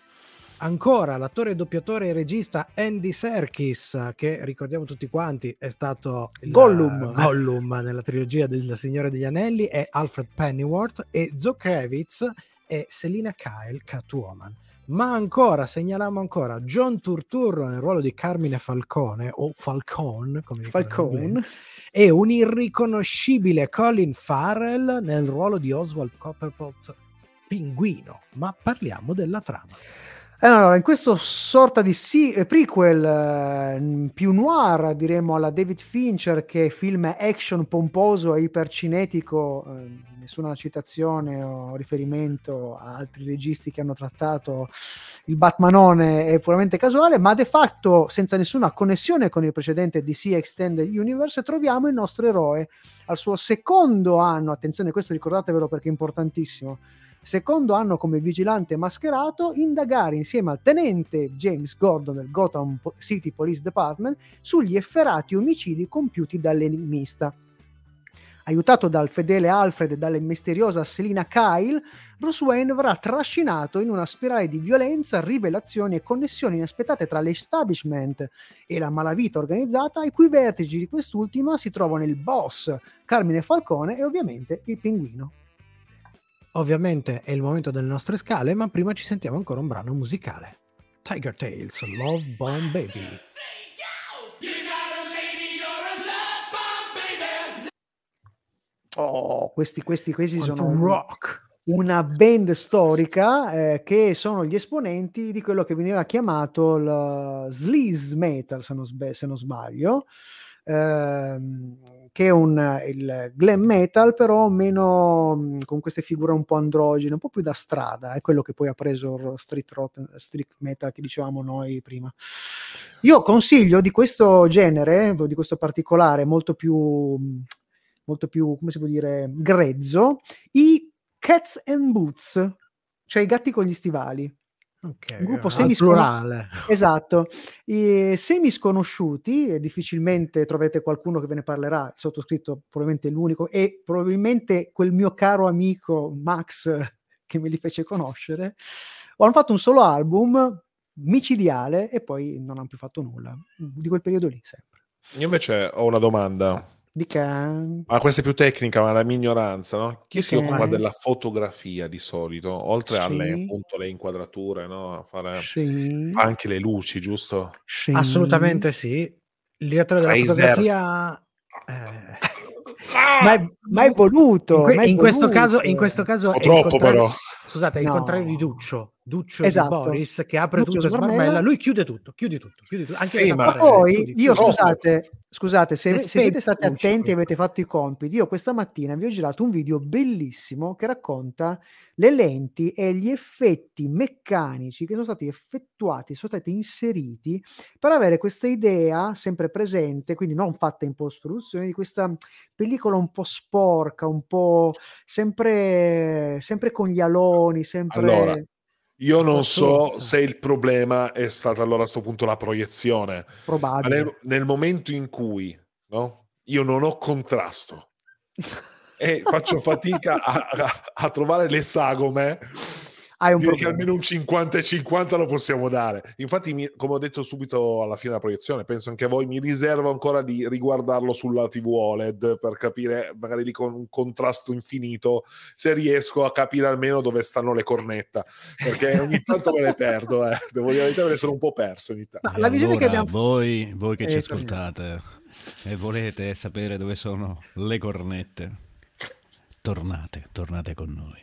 Ancora l'attore, doppiatore e regista Andy Serkis, che ricordiamo tutti quanti è stato il Gollum. Gollum nella trilogia del Signore degli Anelli, è Alfred Pennyworth, e Zoe Kravitz e Selina Kyle, Catwoman. Ma ancora, segnaliamo ancora John Turturro nel ruolo di Carmine Falcone, o Falcone, come dicono in Falcone. inglese, e un irriconoscibile Colin Farrell nel ruolo di Oswald Copperpot Pinguino. Ma parliamo della trama. Allora, in questo sorta di sì, prequel eh, più noir, diremmo, alla David Fincher, che film action pomposo e ipercinetico, eh, nessuna citazione o riferimento a altri registi che hanno trattato il Batmanone è puramente casuale, ma de facto senza nessuna connessione con il precedente D C Extended Universe, troviamo il nostro eroe al suo secondo anno, attenzione, questo ricordatevelo perché è importantissimo, secondo anno come vigilante mascherato, indagare insieme al tenente James Gordon del Gotham City Police Department sugli efferati omicidi compiuti dall'enigmista. Aiutato dal fedele Alfred e dalla misteriosa Selina Kyle, Bruce Wayne verrà trascinato in una spirale di violenza, rivelazioni e connessioni inaspettate tra l'establishment e la malavita organizzata, ai cui vertici di quest'ultima si trovano il boss Carmine Falcone e ovviamente il Pinguino. Ovviamente è il momento delle nostre scale, ma prima ci sentiamo ancora un brano musicale. Tiger Tales, Love Bomb Baby. Oh, questi, questi, questi Quanto sono rock. Una band storica eh, che sono gli esponenti di quello che veniva chiamato il sleaze metal, se non, sb- se non sbaglio, ehm, che è un, il glam metal, però meno mh, con queste figure un po' androgene, un po' più da strada, è quello che poi ha preso il street, rock, street metal che dicevamo noi prima. Io consiglio di questo genere, di questo particolare, molto più, molto più, come si può dire, grezzo, i Cats and Boots, cioè i gatti con gli stivali. Okay, un gruppo al semisconosciuto, plurale. esatto, i semisconosciuti, e difficilmente troverete qualcuno che ve ne parlerà, il sottoscritto probabilmente è l'unico, e probabilmente quel mio caro amico Max che me li fece conoscere. Hanno fatto un solo album micidiale e poi non hanno più fatto nulla di quel periodo lì, sempre. Io invece ho una domanda. Dica. Ma questa è più tecnica, ma la mia ignoranza, no? Chi si Ok. occupa della fotografia di solito, oltre Sì. alle appunto le inquadrature, no? A fare Sì. fa anche le luci, giusto? Sì. Assolutamente sì. Il direttore della Fraser. fotografia eh, Ma è, ma è voluto. in, que- ma è in questo voluto. caso, in questo caso Un è po' il troppo, contrario- però. Scusate, è il No. contrario di Duccio. Duccio Esatto. di Boris che apre Duccio tutto e Smarmella. smarmella. Lui chiude tutto, chiudi tutto, chiudi tutto. Anche Sì, le ma- Ma tapparelle, poi chiudi, io chiudi. scusate, scusate se, Le se siete spegni stati luci, attenti e quindi. avete fatto i compiti, io questa mattina vi ho girato un video bellissimo che racconta le lenti e gli effetti meccanici che sono stati effettuati, sono stati inseriti per avere questa idea sempre presente, quindi non fatta in post-produzione, di questa pellicola un po' sporca, un po' sempre, sempre con gli aloni, sempre... Allora, io Un po' non so sozza. se il problema è stata allora a sto punto la proiezione, ma probabile. nel, nel momento in cui, no, io non ho contrasto e faccio fatica a, a- a trovare le sagome, hai un Direi che problema. almeno un cinquanta e cinquanta lo possiamo dare. Infatti, mi, come ho detto subito alla fine della proiezione, penso anche a voi, mi riservo ancora di riguardarlo sulla tivù O L E D per capire, magari lì con un contrasto infinito, se riesco a capire almeno dove stanno le cornetta, perché ogni tanto me le perdo, eh. Devo dire la verità, me ne sono un po' perso ogni tanto. Ma la visione allora, che abbiamo voi, voi che Eh, ci ascoltate e volete sapere dove sono le cornette, tornate, tornate con noi.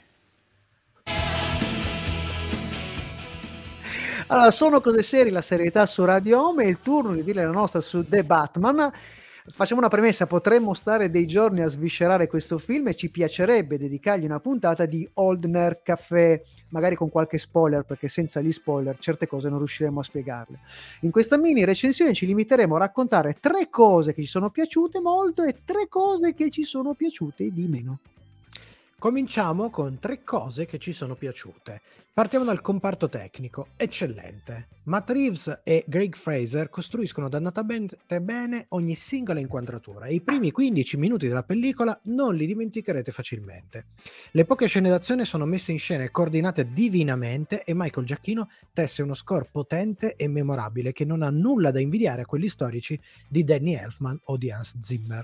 Allora, sono cose serie, la serietà su Radio Home, è il turno di dire la nostra su The Batman. Facciamo una premessa, potremmo stare dei giorni a sviscerare questo film e ci piacerebbe dedicargli una puntata di Old Nerd Café, magari con qualche spoiler, perché senza gli spoiler certe cose non riusciremo a spiegarle. In questa mini recensione ci limiteremo a raccontare tre cose che ci sono piaciute molto e tre cose che ci sono piaciute di meno. Cominciamo con tre cose che ci sono piaciute. Partiamo dal comparto tecnico, eccellente. Matt Reeves e Greg Fraser costruiscono dannatamente bene ogni singola inquadratura e i primi quindici minuti della pellicola non li dimenticherete facilmente. Le poche scene d'azione sono messe in scena e coordinate divinamente e Michael Giacchino tesse uno score potente e memorabile che non ha nulla da invidiare a quelli storici di Danny Elfman o di Hans Zimmer.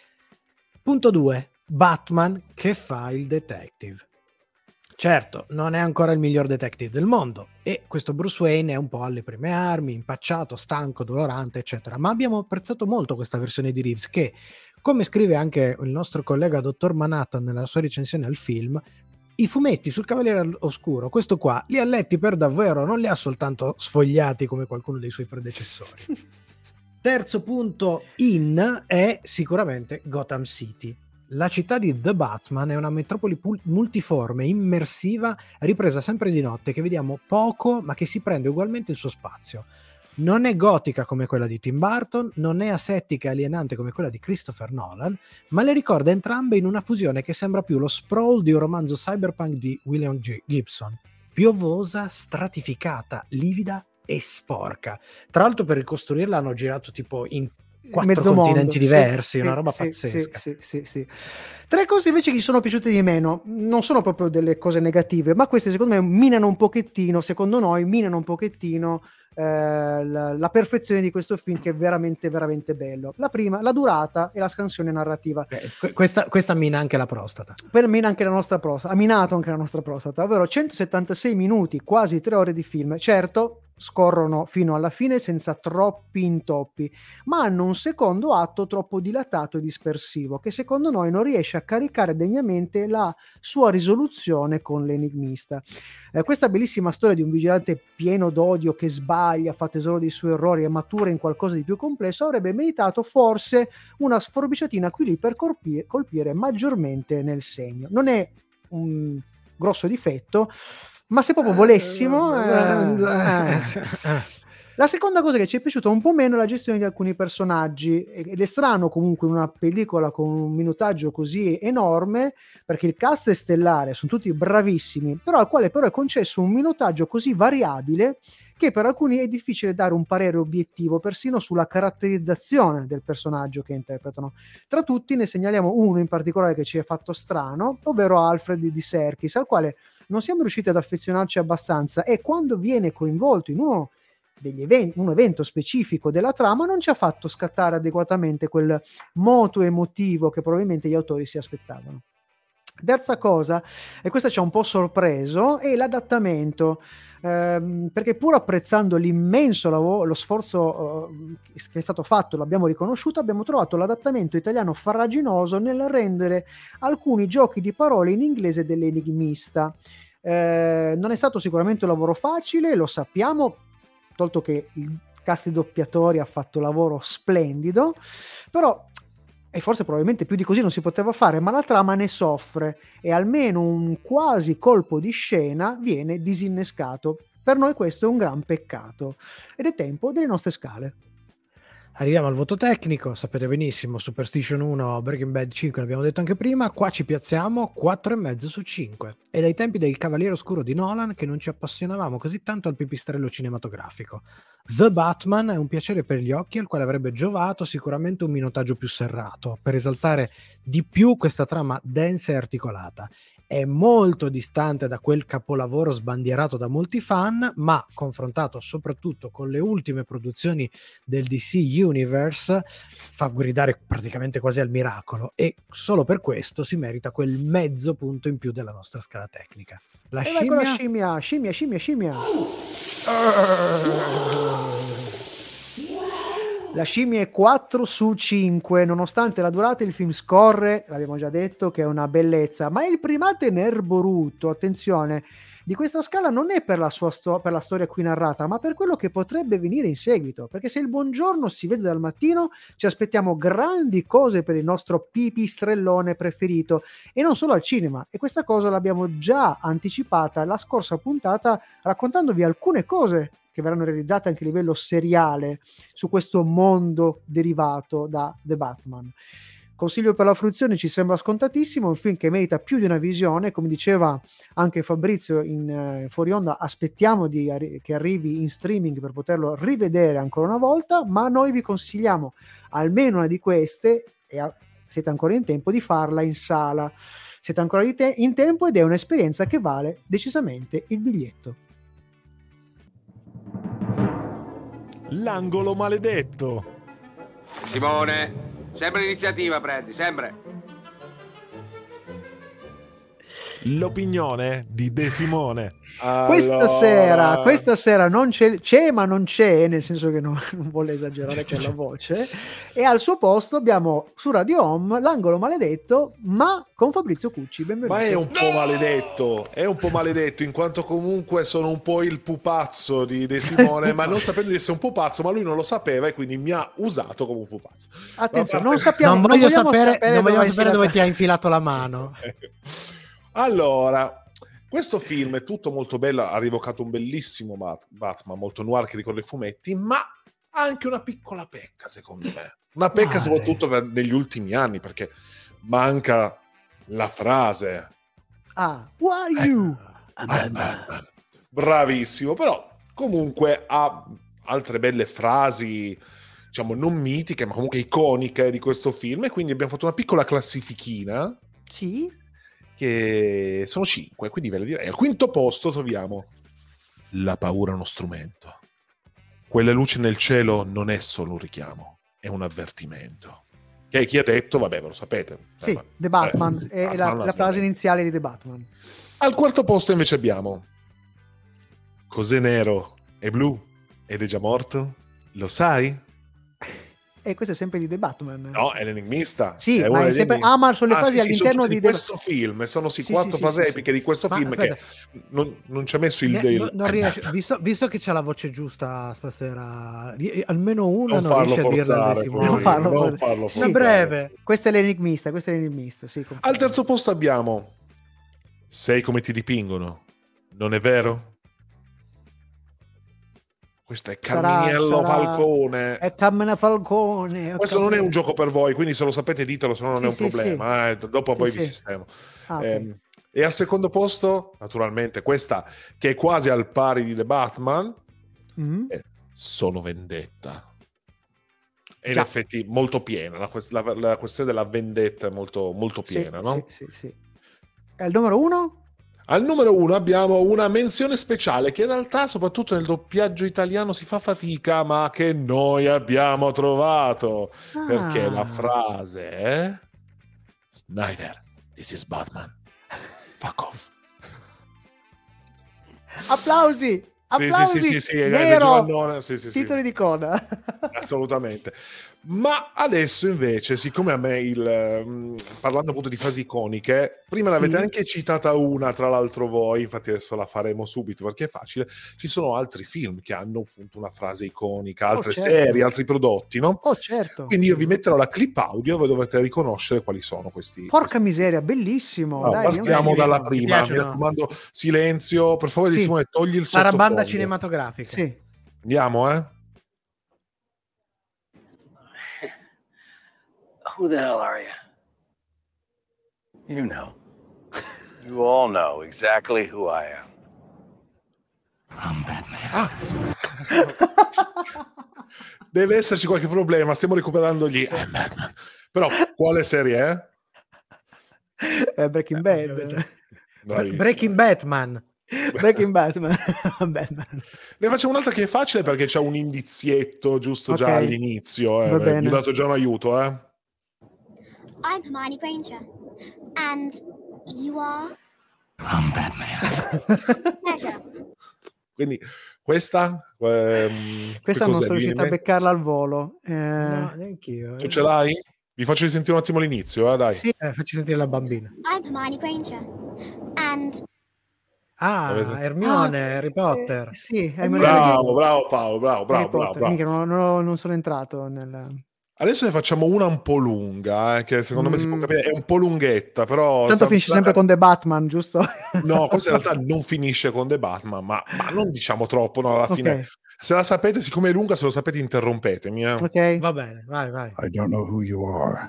Punto due. Batman che fa il detective. Certo, non è ancora il miglior detective del mondo e questo Bruce Wayne è un po' alle prime armi, impacciato, stanco, dolorante, eccetera, ma abbiamo apprezzato molto questa versione di Reeves che, come scrive anche il nostro collega dottor Manhattan nella sua recensione al film, i fumetti sul Cavaliere Oscuro, questo qua, li ha letti per davvero, non li ha soltanto sfogliati come qualcuno dei suoi predecessori. Terzo punto in è sicuramente Gotham City. La città di The Batman è una metropoli pul- multiforme, immersiva, ripresa sempre di notte, che vediamo poco ma che si prende ugualmente il suo spazio. Non è gotica come quella di Tim Burton, non è asettica e alienante come quella di Christopher Nolan, ma le ricorda entrambe in una fusione che sembra più lo sprawl di un romanzo cyberpunk di William G. Gibson. Piovosa, stratificata, livida e sporca. Tra l'altro per ricostruirla hanno girato tipo in quattro Mezzo continenti mondo, diversi, sì, una sì, roba sì, pazzesca. Sì, sì, sì, sì. Tre cose invece che ci sono piaciute di meno, non sono proprio delle cose negative, ma queste secondo me minano un pochettino, secondo noi minano un pochettino eh, la, la perfezione di questo film, che è veramente veramente bello. La prima, la durata e la scansione narrativa. Eh, questa, questa mina anche la prostata. Per mina anche la nostra prostata, ha minato anche la nostra prostata, ovvero centosettantasei minuti, quasi tre ore di film. Certo, scorrono fino alla fine senza troppi intoppi, ma hanno un secondo atto troppo dilatato e dispersivo che secondo noi non riesce a caricare degnamente la sua risoluzione con l'enigmista. Eh, questa bellissima storia di un vigilante pieno d'odio che sbaglia, fa tesoro dei suoi errori e matura in qualcosa di più complesso avrebbe meritato forse una sforbiciatina qui lì per colpire, colpire maggiormente nel segno. Non è un grosso difetto, ma se proprio volessimo eh, eh. La seconda cosa che ci è piaciuta un po' meno è la gestione di alcuni personaggi, ed è strano comunque in una pellicola con un minutaggio così enorme, perché il cast è stellare, sono tutti bravissimi, però al quale però è concesso un minutaggio così variabile che per alcuni è difficile dare un parere obiettivo persino sulla caratterizzazione del personaggio che interpretano. Tra tutti ne segnaliamo uno in particolare che ci è fatto strano, ovvero Alfred di Serkis, al quale non siamo riusciti ad affezionarci abbastanza e quando viene coinvolto in uno degli eventi, un evento specifico della trama, non ci ha fatto scattare adeguatamente quel moto emotivo che probabilmente gli autori si aspettavano. Terza cosa, e questa ci ha un po' sorpreso, è l'adattamento, ehm, perché pur apprezzando l'immenso lavoro, lo sforzo eh, che è stato fatto, l'abbiamo riconosciuto, abbiamo trovato l'adattamento italiano farraginoso nel rendere alcuni giochi di parole in inglese dell'enigmista. Eh, non è stato sicuramente un lavoro facile, lo sappiamo, tolto che il cast di doppiatori ha fatto lavoro splendido, però e forse probabilmente più di così non si poteva fare, ma la trama ne soffre e almeno un quasi colpo di scena viene disinnescato. Per noi questo è un gran peccato ed è tempo delle nostre scale. Arriviamo al voto tecnico, sapete benissimo, Superstition uno, Breaking Bad cinque, l'abbiamo detto anche prima, qua ci piazziamo quattro virgola cinque su cinque. È dai tempi del Cavaliere Oscuro di Nolan che non ci appassionavamo così tanto al pipistrello cinematografico. The Batman è un piacere per gli occhi al quale avrebbe giovato sicuramente un minutaggio più serrato, per esaltare di più questa trama densa e articolata. è molto distante da quel capolavoro sbandierato da molti fan, ma confrontato soprattutto con le ultime produzioni del D C Universe fa gridare praticamente quasi al miracolo, e solo per questo si merita quel mezzo punto in più della nostra scala tecnica. La e vai con la scimmia scimmia, scimmia, scimmia, scimmia. La scimmia è quattro su cinque, nonostante la durata il film scorre, l'abbiamo già detto, che è una bellezza, ma il primate nerboruto, attenzione, di questa scala non è per la, sua sto- per la storia qui narrata, ma per quello che potrebbe venire in seguito, perché se il buongiorno si vede dal mattino, ci aspettiamo grandi cose per il nostro pipistrellone preferito, e non solo al cinema, e questa cosa l'abbiamo già anticipata la scorsa puntata raccontandovi alcune cose che verranno realizzate anche a livello seriale su questo mondo derivato da The Batman. Consiglio per la fruizione, ci sembra scontatissimo, un film che merita più di una visione, come diceva anche Fabrizio in eh, fuori onda, aspettiamo di arri- che arrivi in streaming per poterlo rivedere ancora una volta, ma noi vi consigliamo almeno una di queste, e a- siete ancora in tempo di farla in sala, siete ancora di te- in tempo, ed è un'esperienza che vale decisamente il biglietto. L'angolo maledetto. Simone, sempre l'iniziativa prendi, sempre. L'opinione di De Simone. Questa Allora, sera, questa sera non c'è, c'è ma non c'è, nel senso che non, non vuole esagerare con la voce, e al suo posto abbiamo su Radio Home l'angolo maledetto, ma con Fabrizio Cucci. Benvenuto. Ma è un po' maledetto, è un po' maledetto in quanto comunque sono un po' il pupazzo di De Simone, ma non sapendo di essere un pupazzo, ma lui non lo sapeva e quindi mi ha usato come un pupazzo. Attenzione, Ma a non parte- sappiamo, non non voglio vogliamo sapere, sapere non vogliamo dove sapere sia dove la- ti ha infilato la mano. Allora, questo film è tutto molto bello, ha rievocato un bellissimo Bat- Batman, molto noir che ricorda i fumetti, ma ha anche una piccola pecca, secondo me. Una pecca Vale. soprattutto per, negli ultimi anni, perché manca la frase Ah, who are you? "I'm Batman". Bravissimo, però comunque ha altre belle frasi, diciamo non mitiche, ma comunque iconiche di questo film, e quindi abbiamo fatto una piccola classifichina Sì? che sono cinque, quindi ve le direi. Al quinto posto troviamo La paura è uno strumento. Quella luce nel cielo non è solo un richiamo, è un avvertimento. Che chi ha detto, vabbè, ve lo sapete. Sì, Eh, The Batman, eh, è la, Batman, la frase iniziale di The Batman. Al quarto posto invece abbiamo Cos'è nero e blu ed è già morto? Lo sai? E questo è sempre di The Batman. No, è l'enigmista. Sì, è ma una è degli sempre... enigmi- ah, ma sono le Ah, frasi sì, sì, all'interno sono di di The questo film, sono sì, Sì, quattro sì, frasi sì, sì, epiche sì. di questo Ma film aspetta. che non, non ci ha messo il Ne- del... no- non riesce, visto, visto che c'ha la voce giusta stasera, ri- almeno una Non non, farlo riesce a dirla al De forzare, Simone. Non farlo non forzare. farlo Sì, Una forzare. breve. Questo è l'enigmista, questo è l'enigmista, sì, confermo. Al terzo posto abbiamo Sei come ti dipingono, non è vero? Questo è Sarà- Carminiello sarà- Falcone. È Carmine Falcone. ho Questo non è capito. un gioco per voi, quindi se lo sapete ditelo, se no non Sì, è un sì, problema. eh, Dopo a Sì, voi sì. vi sistemo. Ah, ok. Ehm, e al secondo posto, naturalmente, questa che è quasi al pari di The Batman, Mm. è Sono Vendetta. E in Già. effetti molto piena, la, quest- la- la questione della vendetta è molto, molto Sì, piena, no? sì, sì, sì. E il numero uno? Al numero uno abbiamo una menzione speciale che in realtà soprattutto nel doppiaggio italiano si fa fatica, ma che noi abbiamo trovato, Ah. perché la frase è Snyder, this is Batman, fuck off. Applausi! Sì, Applausi! sì, sì, sì, sì, eh, Nero! Giovannone, sì, sì, sì. Titoli di coda. Assolutamente. Ma adesso invece, siccome a me il mh, parlando appunto di frasi iconiche, prima ne Sì. avete anche citata una, tra l'altro voi, infatti adesso la faremo subito perché è facile. Ci sono altri film che hanno appunto una frase iconica, altre certo. serie, altri prodotti, no? Oh, certo. Quindi io vi metterò la clip audio e voi dovrete riconoscere quali sono questi. Porca questi- miseria, bellissimo. No, Dai, partiamo andiamo- dalla Mi prima. Mi piacciono. raccomando, silenzio. Per favore, Sì. di Simone, togli il Sarabanda sottofondo. cinematografica. Sì. Andiamo, eh? Who the hell are you? You know. You all know exactly who I am. I'm Batman. Deve esserci qualche problema, stiamo recuperando gli I'm Batman. Però quale serie è? Eh, Breaking Eh, Bad. Bravissimo. Breaking Batman. Breaking Batman. Batman. Ne facciamo un'altra che è facile perché c'è un indizietto giusto Ok. già all'inizio. Eh. Va Vi ho bene. dato già un aiuto, eh. I'm Hermione Granger. And you are? I'm Batman. Pleasure. Quindi questa... ehm, Questa che non cos'è? sono Mi viene riuscito in a mente? beccarla al volo. Eh, No, neanch'io. Tu eh. ce l'hai? Vi faccio risentire un attimo l'inizio, eh, dai. Sì. Eh, facci sentire la bambina. I'm Hermione Granger. And Ah, Avete- Hermione, Ah, Harry Potter. eh, sì, Eh, Hermione Bravo, bravo Paolo, bravo, Harry bravo, bravo, Potter. bravo. Mica, non, non- non sono entrato nel... Adesso ne facciamo una un po' lunga, eh, che secondo me si può Mm. capire, è un po' lunghetta, però... Tanto sarà- finisce sarà- sempre con The Batman, giusto? No, questa in realtà non finisce con The Batman, ma, ma non diciamo troppo, no, alla fine... Ok, Se la sapete, siccome è lunga, se lo sapete interrompetemi, eh. ok. Va bene, vai, vai. I don't know who you are.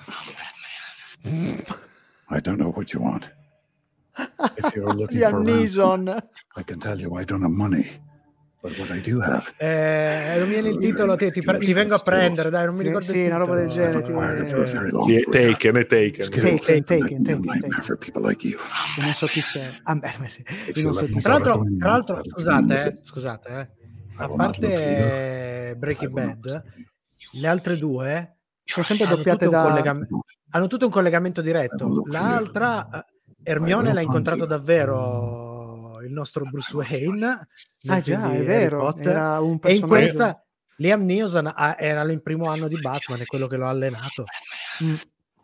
I don't know what you want. If you're looking Liam for ransom, Neeson. I can tell you I don't have money. But what I do have, Eh, non viene il titolo, ti, ti, pre- ti vengo a prendere, dai, non mi Sì, ricordo sì, il una roba del titolo. genere, tipo- acquired it for a very long Sì, è career. Taken, è Taken. Skills Taken, that make Taken, me a Taken, nightmare Taken. for people like you. Io non so chi sei. Ah, beh, beh, sì. If Io you non so let chi me Tra sei. l'altro, go, tra l'altro, I'll scusate, be eh, scusate, eh, I a will not look for you. parte I Breaking will not Bad, listen to you. le altre due Sono sempre hanno doppiate tutto, un da... collegam- hanno tutto un collegamento I will diretto. look for you. L'altra, eh, I Hermione will l'ha find incontrato you. davvero il nostro Bruce Wayne nel Ah film già, di è Harry vero, Potter, era un e in personaggio... questa Liam Neeson ha- era il primo anno di Batman, è quello che lo ha allenato. Mm.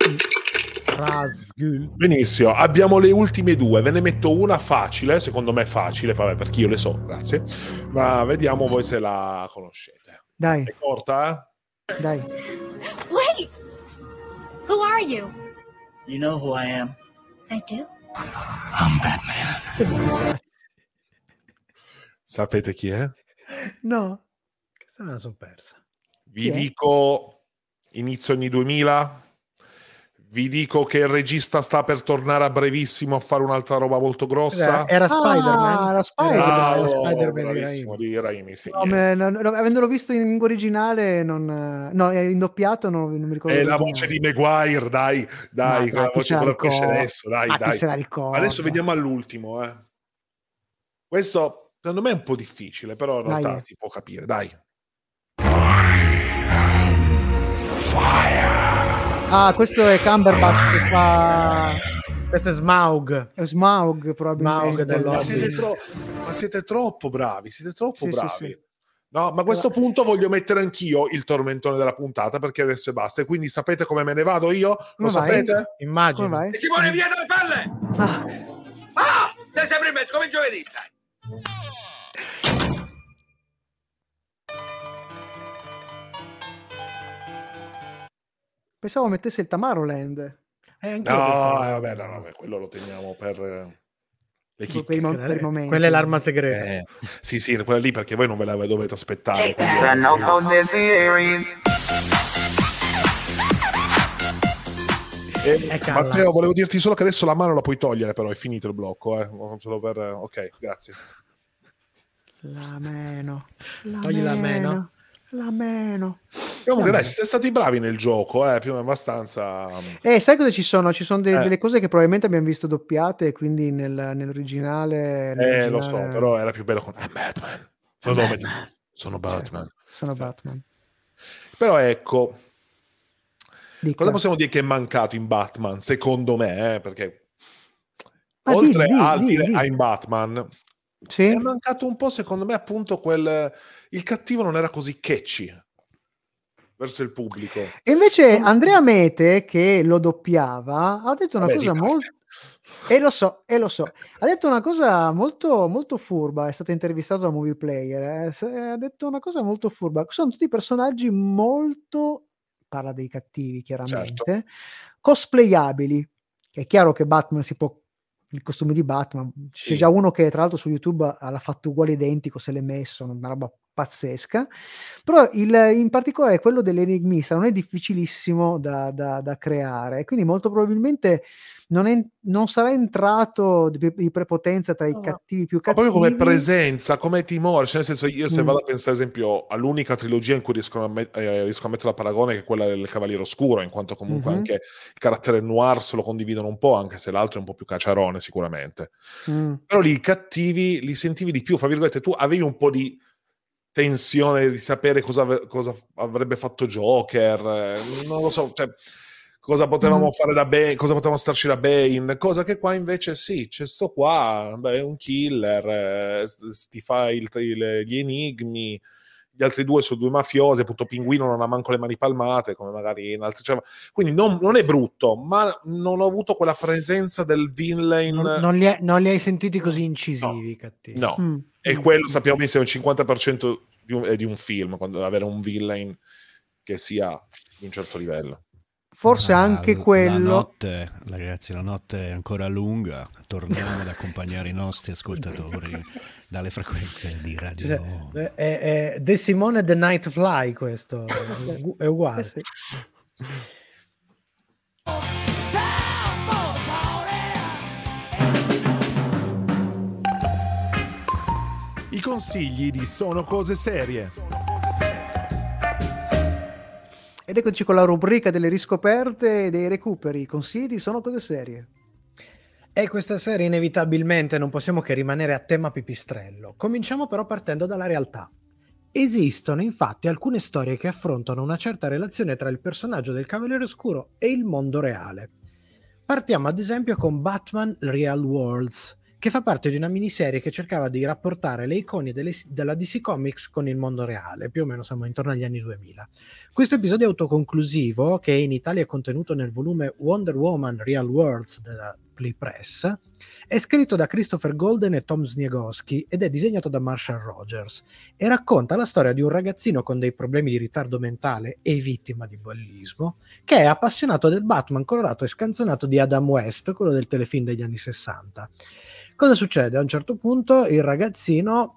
Razgul. Benissimo, abbiamo le ultime due, ve ne metto una facile, secondo me facile, vabbè, perché io le so, grazie, ma vediamo voi se la conoscete. Dai, È corta, eh? dai. Wait! Who are you? You know who I am. I do. I'm Batman. Sapete chi è? No. Questa me la sono persa. Vi Chi è? dico inizio anni duemila, vi dico che il regista sta per tornare a brevissimo a fare un'altra roba molto grossa. Era, era Ah, Spider-Man? era Spider-Man. Era Bravo, Spider-Man di bravissimo, Raimi. di Raimi, sì, No, yes. me- no, no, avendolo visto in lingua originale, non, no, è in doppiato, non, non mi ricordo. È la l'originale. voce di Maguire, dai, dai, Ma quella dai, chi voce se la quella che esce ricorda? adesso, dai, Ma chi dai. se la ricorda? Adesso vediamo all'ultimo, eh. Questo secondo me è un po' difficile, però in Dai, realtà eh. si può capire, dai. Ah, questo è Cumberbatch che fa Questo è Smaug. è Smaug probabilmente. Smaug del Ma Lobby. siete, tro- ma siete troppo bravi, siete troppo Sì, sì, bravi. sì. No, ma a questo punto voglio mettere anch'io il tormentone della puntata perché adesso e basta. E quindi sapete come me ne vado io? Lo Come vai? sapete? Immagino. Come vai? Simone, via dalle palle! Ah, Ah! Sei sempre in mezzo, come giovedì stai. pensavo mettesse il Tomorrowland Eh, anch'io No, pensavo. eh, vabbè, no, no, beh, quello lo teniamo per eh, le tipo chicche. per i, mo- Quella- per i momenti. Quella è l'arma segreta. Eh, sì, sì, quella lì perché voi non ve la dovete aspettare. quindi- Eh, Eccola. Matteo, volevo dirti solo che adesso la mano la puoi togliere, però è finito il blocco. Eh. Solo per... Ok, grazie. La meno. La Togli la meno. La meno. Comunque, Vabbè. dai, siete stati bravi nel gioco, eh, più o meno abbastanza. Eh, sai cosa ci sono? Ci sono de- Eh. delle cose che probabilmente abbiamo visto doppiate, quindi nel, nell'originale, Eh, lo so, nell'originale- però era più bello con I'm Batman. Se no devo mettere- Sono Batman. sono Batman. Però ecco, Dica. cosa possiamo dire che è mancato in Batman? Secondo me, eh, perché Ma oltre di, di, a di, dire di. I'm Batman, Sì? è mancato un po', secondo me, appunto quel il cattivo non era così catchy verso il pubblico. E invece Andrea Mete, che lo doppiava, ha detto una Vabbè, cosa di molto... E lo so, e lo so. Ha detto una cosa molto, molto furba, è stato intervistato da Movie Player, eh, se- ha detto una cosa molto furba. Sono tutti personaggi molto, parla dei cattivi chiaramente, Certo. cosplayabili. È chiaro che Batman si può... Il costume di Batman, c'è Sì. già uno che tra l'altro su YouTube l'ha fatto uguale identico, se l'è messo, una roba pazzesca, però il, in particolare quello dell'enigmista non è difficilissimo da, da, da creare, quindi molto probabilmente non, è, non sarà entrato di, di prepotenza tra i No, cattivi più ma cattivi. proprio come presenza, come timore, cioè nel senso, io se Mm. vado a pensare ad esempio all'unica trilogia in cui riescono a, met- eh, riescono a mettere la paragone, che è quella del Cavaliere Oscuro, in quanto comunque Mhm. anche il carattere noir se lo condividono un po', anche se l'altro è un po' più caciarone sicuramente. Mm. Però lì i cattivi li sentivi di più, fra virgolette, tu avevi un po' di tensione di sapere cosa, ave- cosa avrebbe fatto Joker, eh, non lo so, cioè, cosa potevamo Mm. fare da Bane, cosa potevamo starci da Bane, cosa che qua invece sì, c'è sto qua, beh, è un killer, eh, s- ti fa il- il- gli enigmi, gli altri due sono due mafiosi, appunto Pinguino non ha manco le mani palmate, come magari in altri... cioè, quindi non, non è brutto, ma non ho avuto quella presenza del villain... Non, non li, hai, non li hai sentiti così incisivi, cattivi. No, Mm. e Mm. quello sappiamo benissimo, il cinquanta per cento di un, è di un film, quando avere un villain che sia di un certo livello. Forse Ma anche l- quello. La notte, ragazzi, la notte è ancora lunga. Torniamo ad accompagnare i nostri ascoltatori dalle frequenze di Radio Cioè, Home. è, è, è De Simone The Night Fly questo, Sì. è uguale. Eh sì. I consigli di Sono Cose Serie. Ed eccoci con la rubrica delle riscoperte e dei recuperi. I consigli sono cose serie. E questa serie inevitabilmente non possiamo che rimanere a tema pipistrello. Cominciamo però partendo dalla realtà. Esistono infatti alcune storie che affrontano una certa relazione tra il personaggio del Cavaliere Oscuro e il mondo reale. Partiamo ad esempio con Batman Real Worlds, che fa parte di una miniserie che cercava di rapportare le icone delle- della D C Comics con il mondo reale, più o meno siamo intorno agli anni duemila. Questo episodio autoconclusivo, che in Italia è contenuto nel volume Wonder Woman Real Worlds della Play Press, è scritto da Christopher Golden e Tom Sniegoski ed è disegnato da Marshall Rogers e racconta la storia di un ragazzino con dei problemi di ritardo mentale e vittima di bullismo che è appassionato del Batman colorato e scanzonato di Adam West, quello del telefilm degli anni sessanta. Cosa succede? A un certo punto il ragazzino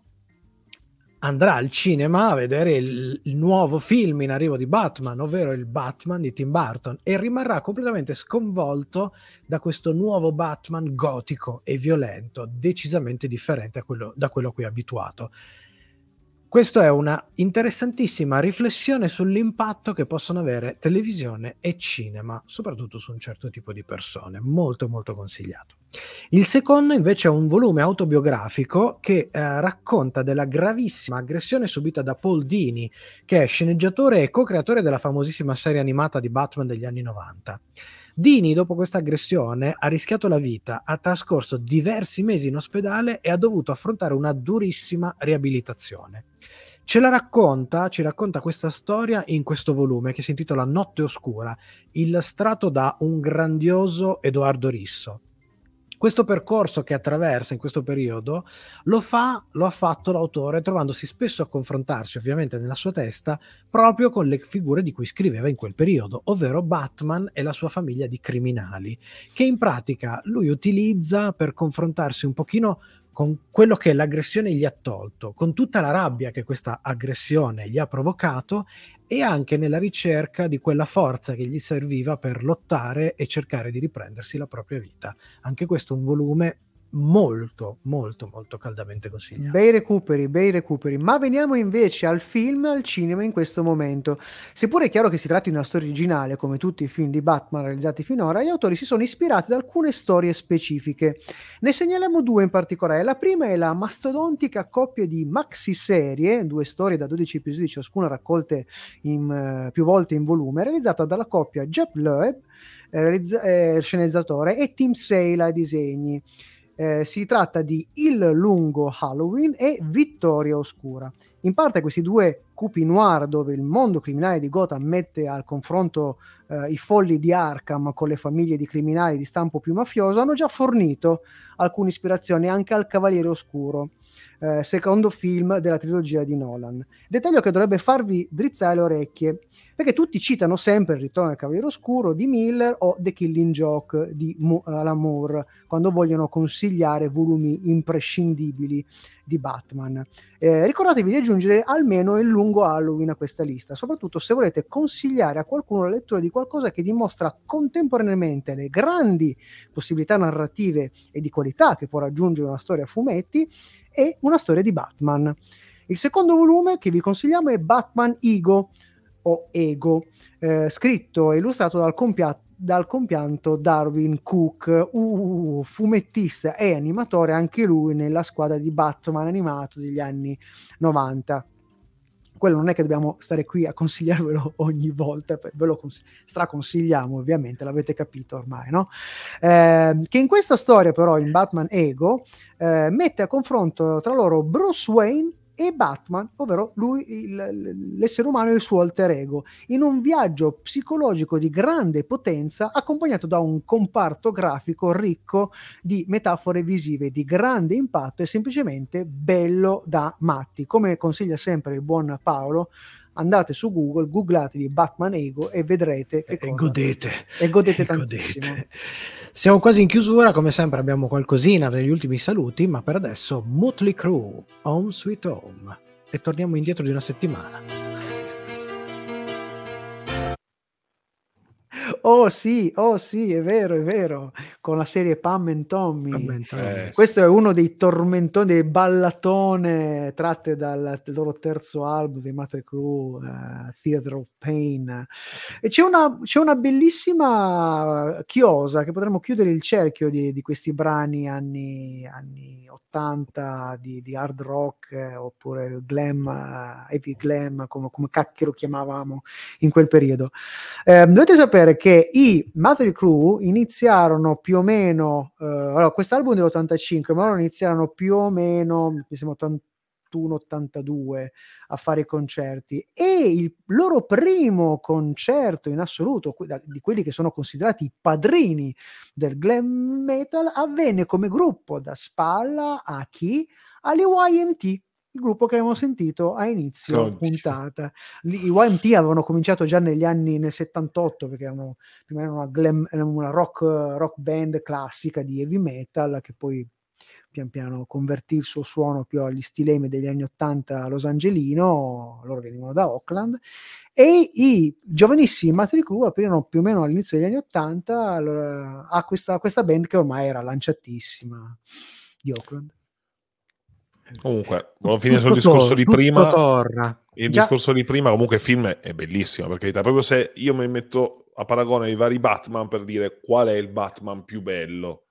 andrà al cinema a vedere il, il nuovo film in arrivo di Batman, ovvero il Batman di Tim Burton, e rimarrà completamente sconvolto da questo nuovo Batman gotico e violento, decisamente differente a quello, da quello a cui è abituato. Questa è una interessantissima riflessione sull'impatto che possono avere televisione e cinema, soprattutto su un certo tipo di persone. Molto molto consigliato. Il secondo invece è un volume autobiografico che eh, racconta della gravissima aggressione subita da Paul Dini, che è sceneggiatore e co-creatore della famosissima serie animata di Batman degli anni novanta. Dini, dopo questa aggressione, ha rischiato la vita, ha trascorso diversi mesi in ospedale e ha dovuto affrontare una durissima riabilitazione. Ce la racconta, ci racconta questa storia in questo volume che si intitola Notte Oscura, illustrato da un grandioso Edoardo Risso. Questo percorso che attraversa in questo periodo lo fa, lo ha fatto l'autore trovandosi spesso a confrontarsi, ovviamente nella sua testa, proprio con le figure di cui scriveva in quel periodo, ovvero Batman e la sua famiglia di criminali, che in pratica lui utilizza per confrontarsi un pochino con quello che l'aggressione gli ha tolto, con tutta la rabbia che questa aggressione gli ha provocato e anche nella ricerca di quella forza che gli serviva per lottare e cercare di riprendersi la propria vita. Anche questo è un volume molto, molto, molto caldamente consigliato. Bei recuperi, bei recuperi. Ma veniamo invece al film, al cinema in questo momento. Seppure è chiaro che si tratti di una storia originale, come tutti i film di Batman realizzati finora, gli autori si sono ispirati ad alcune storie specifiche. Ne segnaliamo due in particolare. La prima è la mastodontica coppia di maxi-serie, due storie da dodici episodi ciascuna raccolte in, uh, più volte in volume, realizzata dalla coppia Jeff Loeb, eh, realizza- eh, sceneggiatore, e Tim Sale ai disegni. Eh, si tratta di Il lungo Halloween e Vittoria Oscura. In parte questi due cupi noir dove il mondo criminale di Gotham mette al confronto eh, i folli di Arkham con le famiglie di criminali di stampo più mafioso hanno già fornito alcune ispirazioni anche al Cavaliere Oscuro, eh, secondo film della trilogia di Nolan. Dettaglio che dovrebbe farvi drizzare le orecchie, perché tutti citano sempre Il ritorno del Cavaliere Oscuro di Miller o The Killing Joke di Mo- Alan Moore quando vogliono consigliare volumi imprescindibili di Batman. Eh, ricordatevi di aggiungere almeno il lungo Halloween a questa lista, soprattutto se volete consigliare a qualcuno la lettura di qualcosa che dimostra contemporaneamente le grandi possibilità narrative e di qualità che può raggiungere una storia a fumetti e una storia di Batman. Il secondo volume che vi consigliamo è Batman Ego o Ego, eh, scritto e illustrato dal compianto dal compianto Darwin Cook, uh, fumettista e animatore anche lui nella squadra di Batman animato degli anni novanta. Quello non è che dobbiamo stare qui a consigliarvelo ogni volta, ve lo cons- straconsigliamo ovviamente, l'avete capito ormai, no? Eh, che in questa storia però, in Batman Ego, eh, mette a confronto tra loro Bruce Wayne e Batman, ovvero lui, il, l'essere umano e il suo alter ego, in un viaggio psicologico di grande potenza, accompagnato da un comparto grafico ricco di metafore visive, di grande impatto e semplicemente bello da matti. Come consiglia sempre il buon Paolo, andate su Google, googlatevi Batman Ego e vedrete che e cosa... godete e godete e tantissimo. godete. Siamo quasi in chiusura, come sempre abbiamo qualcosina per gli ultimi saluti, ma per adesso Motley Crue, Home Sweet Home, e torniamo indietro di una settimana. Oh sì, oh sì, è vero, è vero, con la serie Pam and Tommy. Pam and Tommy. Eh, Questo è uno dei tormentoni, dei ballatone tratte dal, dal loro terzo album dei Motley Crue, uh, Theater of Pain. E c'è una, c'è una bellissima chiosa che potremmo chiudere il cerchio di, di questi brani anni, anni ottanta di, di hard rock, eh, oppure il glam, uh, heavy glam, come, come cacchio lo chiamavamo in quel periodo. Eh, dovete sapere che i Motley Crue iniziarono più o meno, eh, allora quest'album dell'ottantacinque, ma loro iniziarono più o meno, mi sembra ottantuno ottantadue, a fare i concerti, e il loro primo concerto in assoluto, di quelli che sono considerati i padrini del glam metal, avvenne come gruppo da spalla a chi? Agli Y M T, il gruppo che abbiamo sentito a inizio Oddio. puntata. I Y M T avevano cominciato già negli anni, nel settantotto, perché erano più o meno una, glam, una rock, rock band classica di heavy metal, che poi pian piano convertì il suo suono più agli stilemi degli anni ottanta Los Angelino. Loro venivano da Oakland, e i giovanissimi Motley Crue aprirono più o meno all'inizio degli anni ottanta allora, a questa, questa band che ormai era lanciatissima di Oakland. Comunque, volevo finire sul discorso di prima. Torna. Il Già. discorso di prima, comunque il film è bellissimo, perché proprio se io mi metto a paragone i vari Batman per dire qual è il Batman più bello,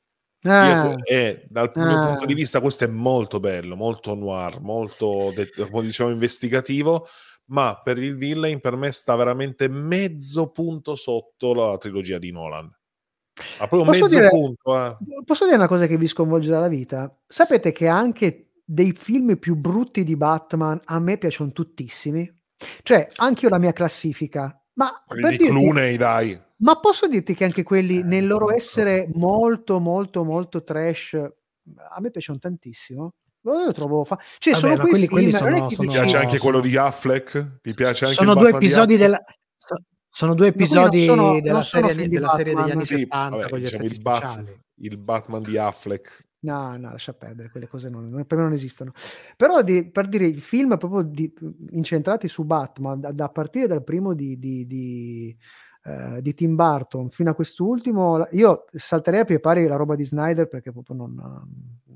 Ah, io, e dal ah. mio punto di vista questo è molto bello, molto noir, molto, come diciamo, investigativo, ma per il villain per me sta veramente mezzo punto sotto la trilogia di Nolan. Ha proprio Posso mezzo dire- punto, eh. Posso dire una cosa che vi sconvolgerà la vita? Sapete che anche dei film più brutti di Batman a me piacciono tuttissimi? Cioè, anche io la mia classifica. Ma, Quelli per di dirti- Clooney, dai. ma posso dirti che anche quelli, nel loro essere molto, molto, molto trash, a me piacciono tantissimo. Io trovo fa- cioè, Vabbè, sono ma quei quelli- film, quelli non è sono- che sono- Ti dici- piace anche quello sono- di Affleck? Ti piace anche Sono il due Batman di episodi Affleck? della so- sono due Ma quelli non episodi sono- della, non sono serie, film di della serie degli Batman. anni Sì, settanta vabbè, con gli diciamo effetti il, Bat- speciali. il Batman di Affleck. No, no, lascia perdere, quelle cose non, non- per me non esistono. Però di- per dire, i film proprio di- incentrati su Batman, da, da partire dal primo di, di, di, eh, di Tim Burton fino a quest'ultimo, io salterei a pie pari la roba di Snyder, perché proprio non... no,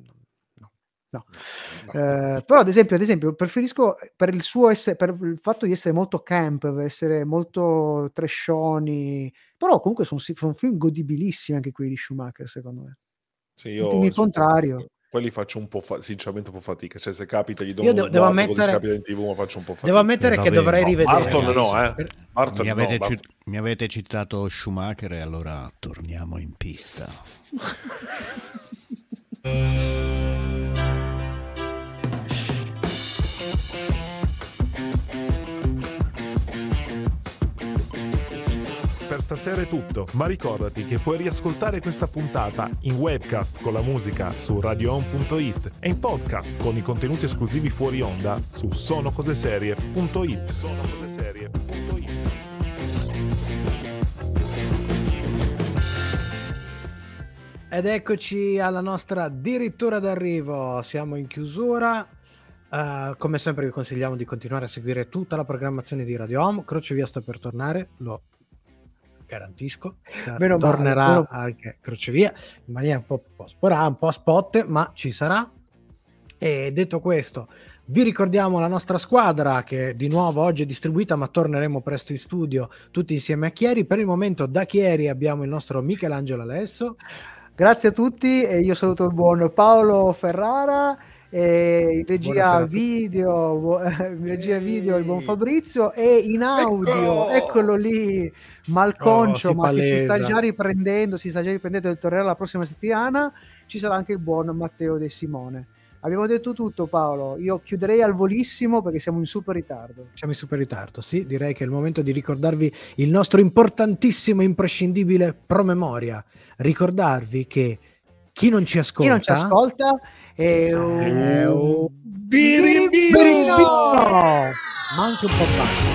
no. Eh, però ad esempio, ad esempio preferisco per il suo essere, per il fatto di essere molto camp, essere molto trashoni, però comunque sono, sono film godibilissimi anche quelli di Schumacher, secondo me. Sì, io Dimmi il su- contrario. quelli faccio un po' fa- sinceramente un po' fatica, cioè se capita gli do Io uno de- devo sguardo, così ammettere- capita in tv, ma faccio un po' fatica. Devo ammettere Eh, che vabbè, dovrei no, rivedere. Barton ragazzi. no, eh. Barton Mi no, avete, Barton- ci- mi avete citato Schumacher e allora torniamo in pista. Per stasera è tutto, ma ricordati che puoi riascoltare questa puntata in webcast con la musica su radio home punto it e in podcast con i contenuti esclusivi fuori onda su sonocoseserie punto it. Ed eccoci alla nostra addirittura d'arrivo, siamo in chiusura. Uh, come sempre vi consigliamo di continuare a seguire tutta la programmazione di Radio Home. Crocevia sta per tornare, lo garantisco. Meno Tornerà male, meno... anche Crocevia in maniera un po', un po' sporà, un po' a spot, ma ci sarà. E detto questo, vi ricordiamo la nostra squadra che di nuovo oggi è distribuita, ma torneremo presto in studio tutti insieme a Chieri. Per il momento da Chieri abbiamo il nostro Michelangelo Alesso. Grazie a tutti e io saluto il buon Paolo Ferrara e in regia video, in regia video il buon Fabrizio e in audio, ecco! Eccolo lì, malconcio, oh, ma che si sta già riprendendo, si sta già riprendendo e tornerà la prossima settimana. Ci sarà anche il buon Matteo De Simone. Abbiamo detto tutto, Paolo. Io chiuderei al volissimo perché siamo in super ritardo. Siamo in super ritardo, sì. Direi che è il momento di ricordarvi il nostro importantissimo e imprescindibile promemoria. Ricordarvi che chi non ci ascolta, chi non ci ascolta è un, è un... birimbino, ma anche un po' basso.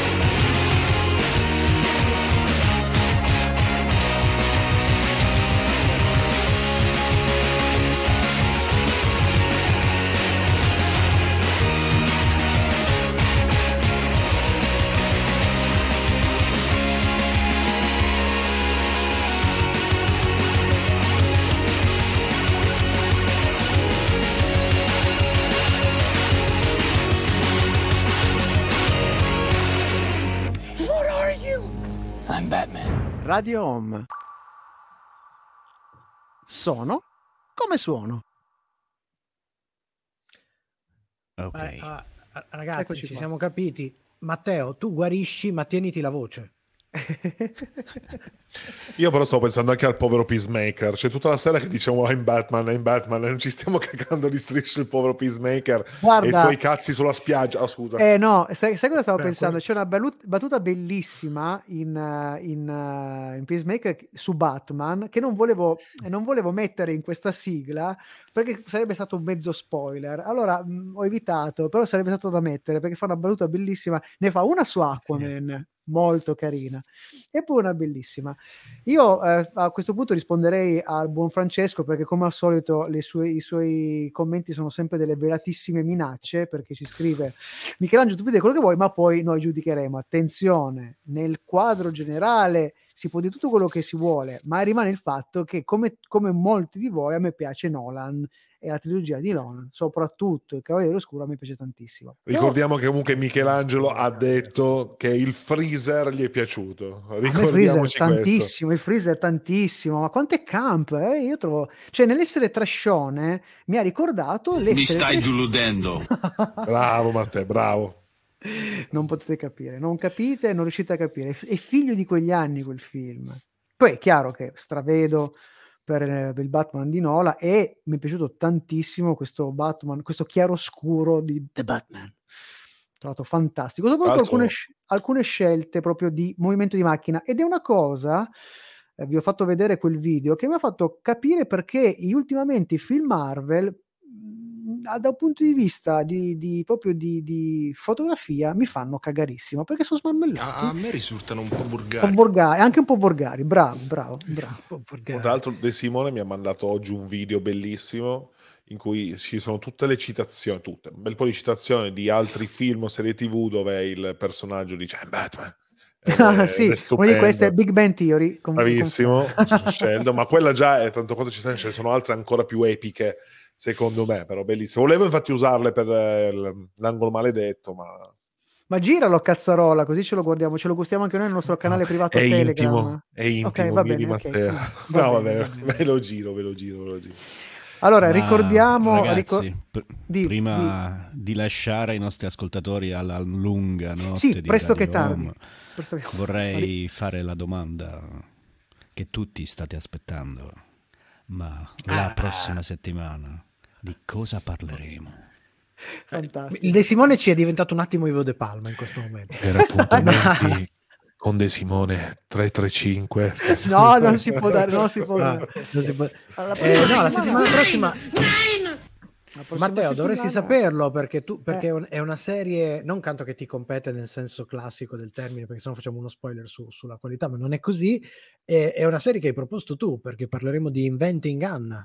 Radio Home. Sono come suono. Ok. Eh, uh, ragazzi, eccoci ci qua. Siamo capiti. Matteo, tu guarisci, ma tieniti la voce. Io però stavo pensando anche al povero Peacemaker. C'è tutta la sera che diciamo I'm Batman, I'm Batman e non ci stiamo cagando di striscio il povero Peacemaker. Guarda, e i suoi cazzi sulla spiaggia. Oh, scusa. Eh no, sai, sai cosa stavo Beh, pensando? Quello... C'è una balut- battuta bellissima in, uh, in, uh, in Peacemaker su Batman che non volevo, non volevo mettere in questa sigla perché sarebbe stato un mezzo spoiler. Allora mh, ho evitato, però sarebbe stato da mettere perché fa una battuta bellissima. Ne fa una su Aquaman. Sì. Molto carina e poi una bellissima. Io eh, a questo punto risponderei al buon Francesco perché come al solito le sue, i suoi commenti sono sempre delle velatissime minacce perché ci scrive Michelangelo tu puoi dire quello che vuoi ma poi noi giudicheremo. Attenzione, nel quadro generale si può dire tutto quello che si vuole ma rimane il fatto che come, come molti di voi a me piace Nolan e la trilogia di Nolan, soprattutto il Cavaliere Oscuro a me piace tantissimo. Ricordiamo che comunque Michelangelo ha detto che il freezer gli è piaciuto. Ricordiamoci il tantissimo, questo. Il freezer tantissimo, ma quanto è camp, eh? Io trovo, cioè nell'essere trascione mi ha ricordato l'essere mi stai trash... deludendo. Bravo Matteo, bravo. Non potete capire, non capite, non riuscite a capire. È figlio di quegli anni quel film. Poi è chiaro che stravedo per il Batman di Nolan e mi è piaciuto tantissimo questo Batman, questo chiaroscuro di The Batman. Ho trovato fantastico, soprattutto alcune, alcune scelte proprio di movimento di macchina ed è una cosa, eh, vi ho fatto vedere quel video che mi ha fatto capire perché ultimamente i film Marvel da un punto di vista di, di proprio di, di fotografia mi fanno cagarissimo perché sono smammellati. A, a me risultano un po' volgari. Un po' volgari, anche un po' volgari, bravo, bravo, bravo. Tra l'altro De Simone mi ha mandato oggi un video bellissimo in cui ci sono tutte le citazioni, tutte, un bel po' di citazioni di altri film o serie tv dove il personaggio dice I'm Batman. Ah, sì, una di queste è Big Bang Theory. Com- Bravissimo, Sheldon, ma quella già è tanto quanto ci stanno, ce ne sono altre ancora più epiche secondo me, però bellissimo. Volevo infatti usarle per eh, l'angolo maledetto, ma... Ma giralo cazzarola, così ce lo guardiamo, ce lo gustiamo anche noi nel nostro canale privato è Telegram. Intimo, è intimo, okay, va bene, bene, Matteo. Okay. Va no, bene, vabbè, ve lo giro, ve lo giro, ve lo giro. Allora, Ma, ricordiamo... Ragazzi, ricor- pr- di, prima di... di lasciare i nostri ascoltatori alla lunga notte sì, di presto Radio che tardi. Home, presto che... vorrei fare la domanda che tutti state aspettando. Ma la ah. prossima settimana di cosa parleremo? Fantastico. Il De Simone ci è diventato un attimo Ivo De Palma in questo momento. Per appuntamenti con De Simone tre tre cinque. No, non si può dare, non si può dare. Non si può... Eh, no, la settimana prossima Matteo, dovresti saperlo perché tu perché Eh. è una serie non tanto che ti compete nel senso classico del termine, perché sennò facciamo uno spoiler su- sulla qualità, ma non è così. È, è una serie che hai proposto tu, perché parleremo di Inventing Anna.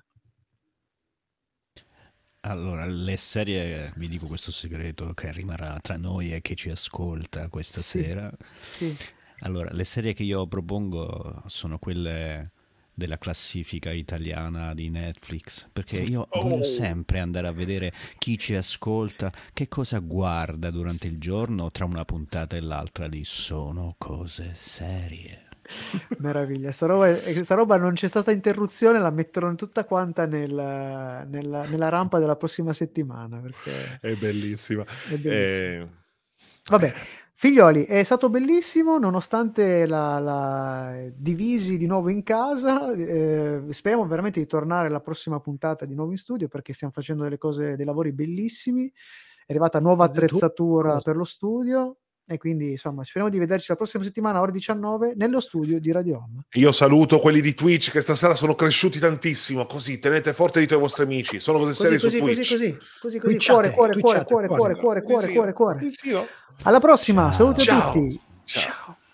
Allora, le serie, vi dico questo segreto che rimarrà tra noi e chi ci ascolta questa Sì, sera. sì. Allora, le serie che io propongo sono quelle della classifica italiana di Netflix, perché io Oh. voglio sempre andare a vedere chi ci ascolta, che cosa guarda durante il giorno tra una puntata e l'altra di Sono Cose Serie. Meraviglia, sta roba, è- sta roba non c'è stata interruzione, la metterò tutta quanta nel- nella, nella rampa della prossima settimana perché È bellissima. è bellissimo. Eh, Vabbè, figlioli, è stato bellissimo nonostante la, la- divisi di nuovo in casa. Eh, speriamo veramente di tornare alla prossima puntata di nuovo in studio perché stiamo facendo delle cose, dei lavori bellissimi. È arrivata nuova Cose tue, attrezzatura cose- per lo studio e quindi insomma speriamo di vederci la prossima settimana ore diciannove nello studio di Radio Home. Io saluto quelli di Twitch che stasera sono cresciuti tantissimo. Così tenete forte dito ai vostri amici. Sono cose Così, serie così, su così, Twitch. così, così, così, Twitchate, cuore, cuore, cuore, twitchate, cuore, cuore. cuore, cuore, cuore, Vicino, cuore, cuore. vicino. Alla prossima, saluti a Ciao. tutti. Ciao. Ciao.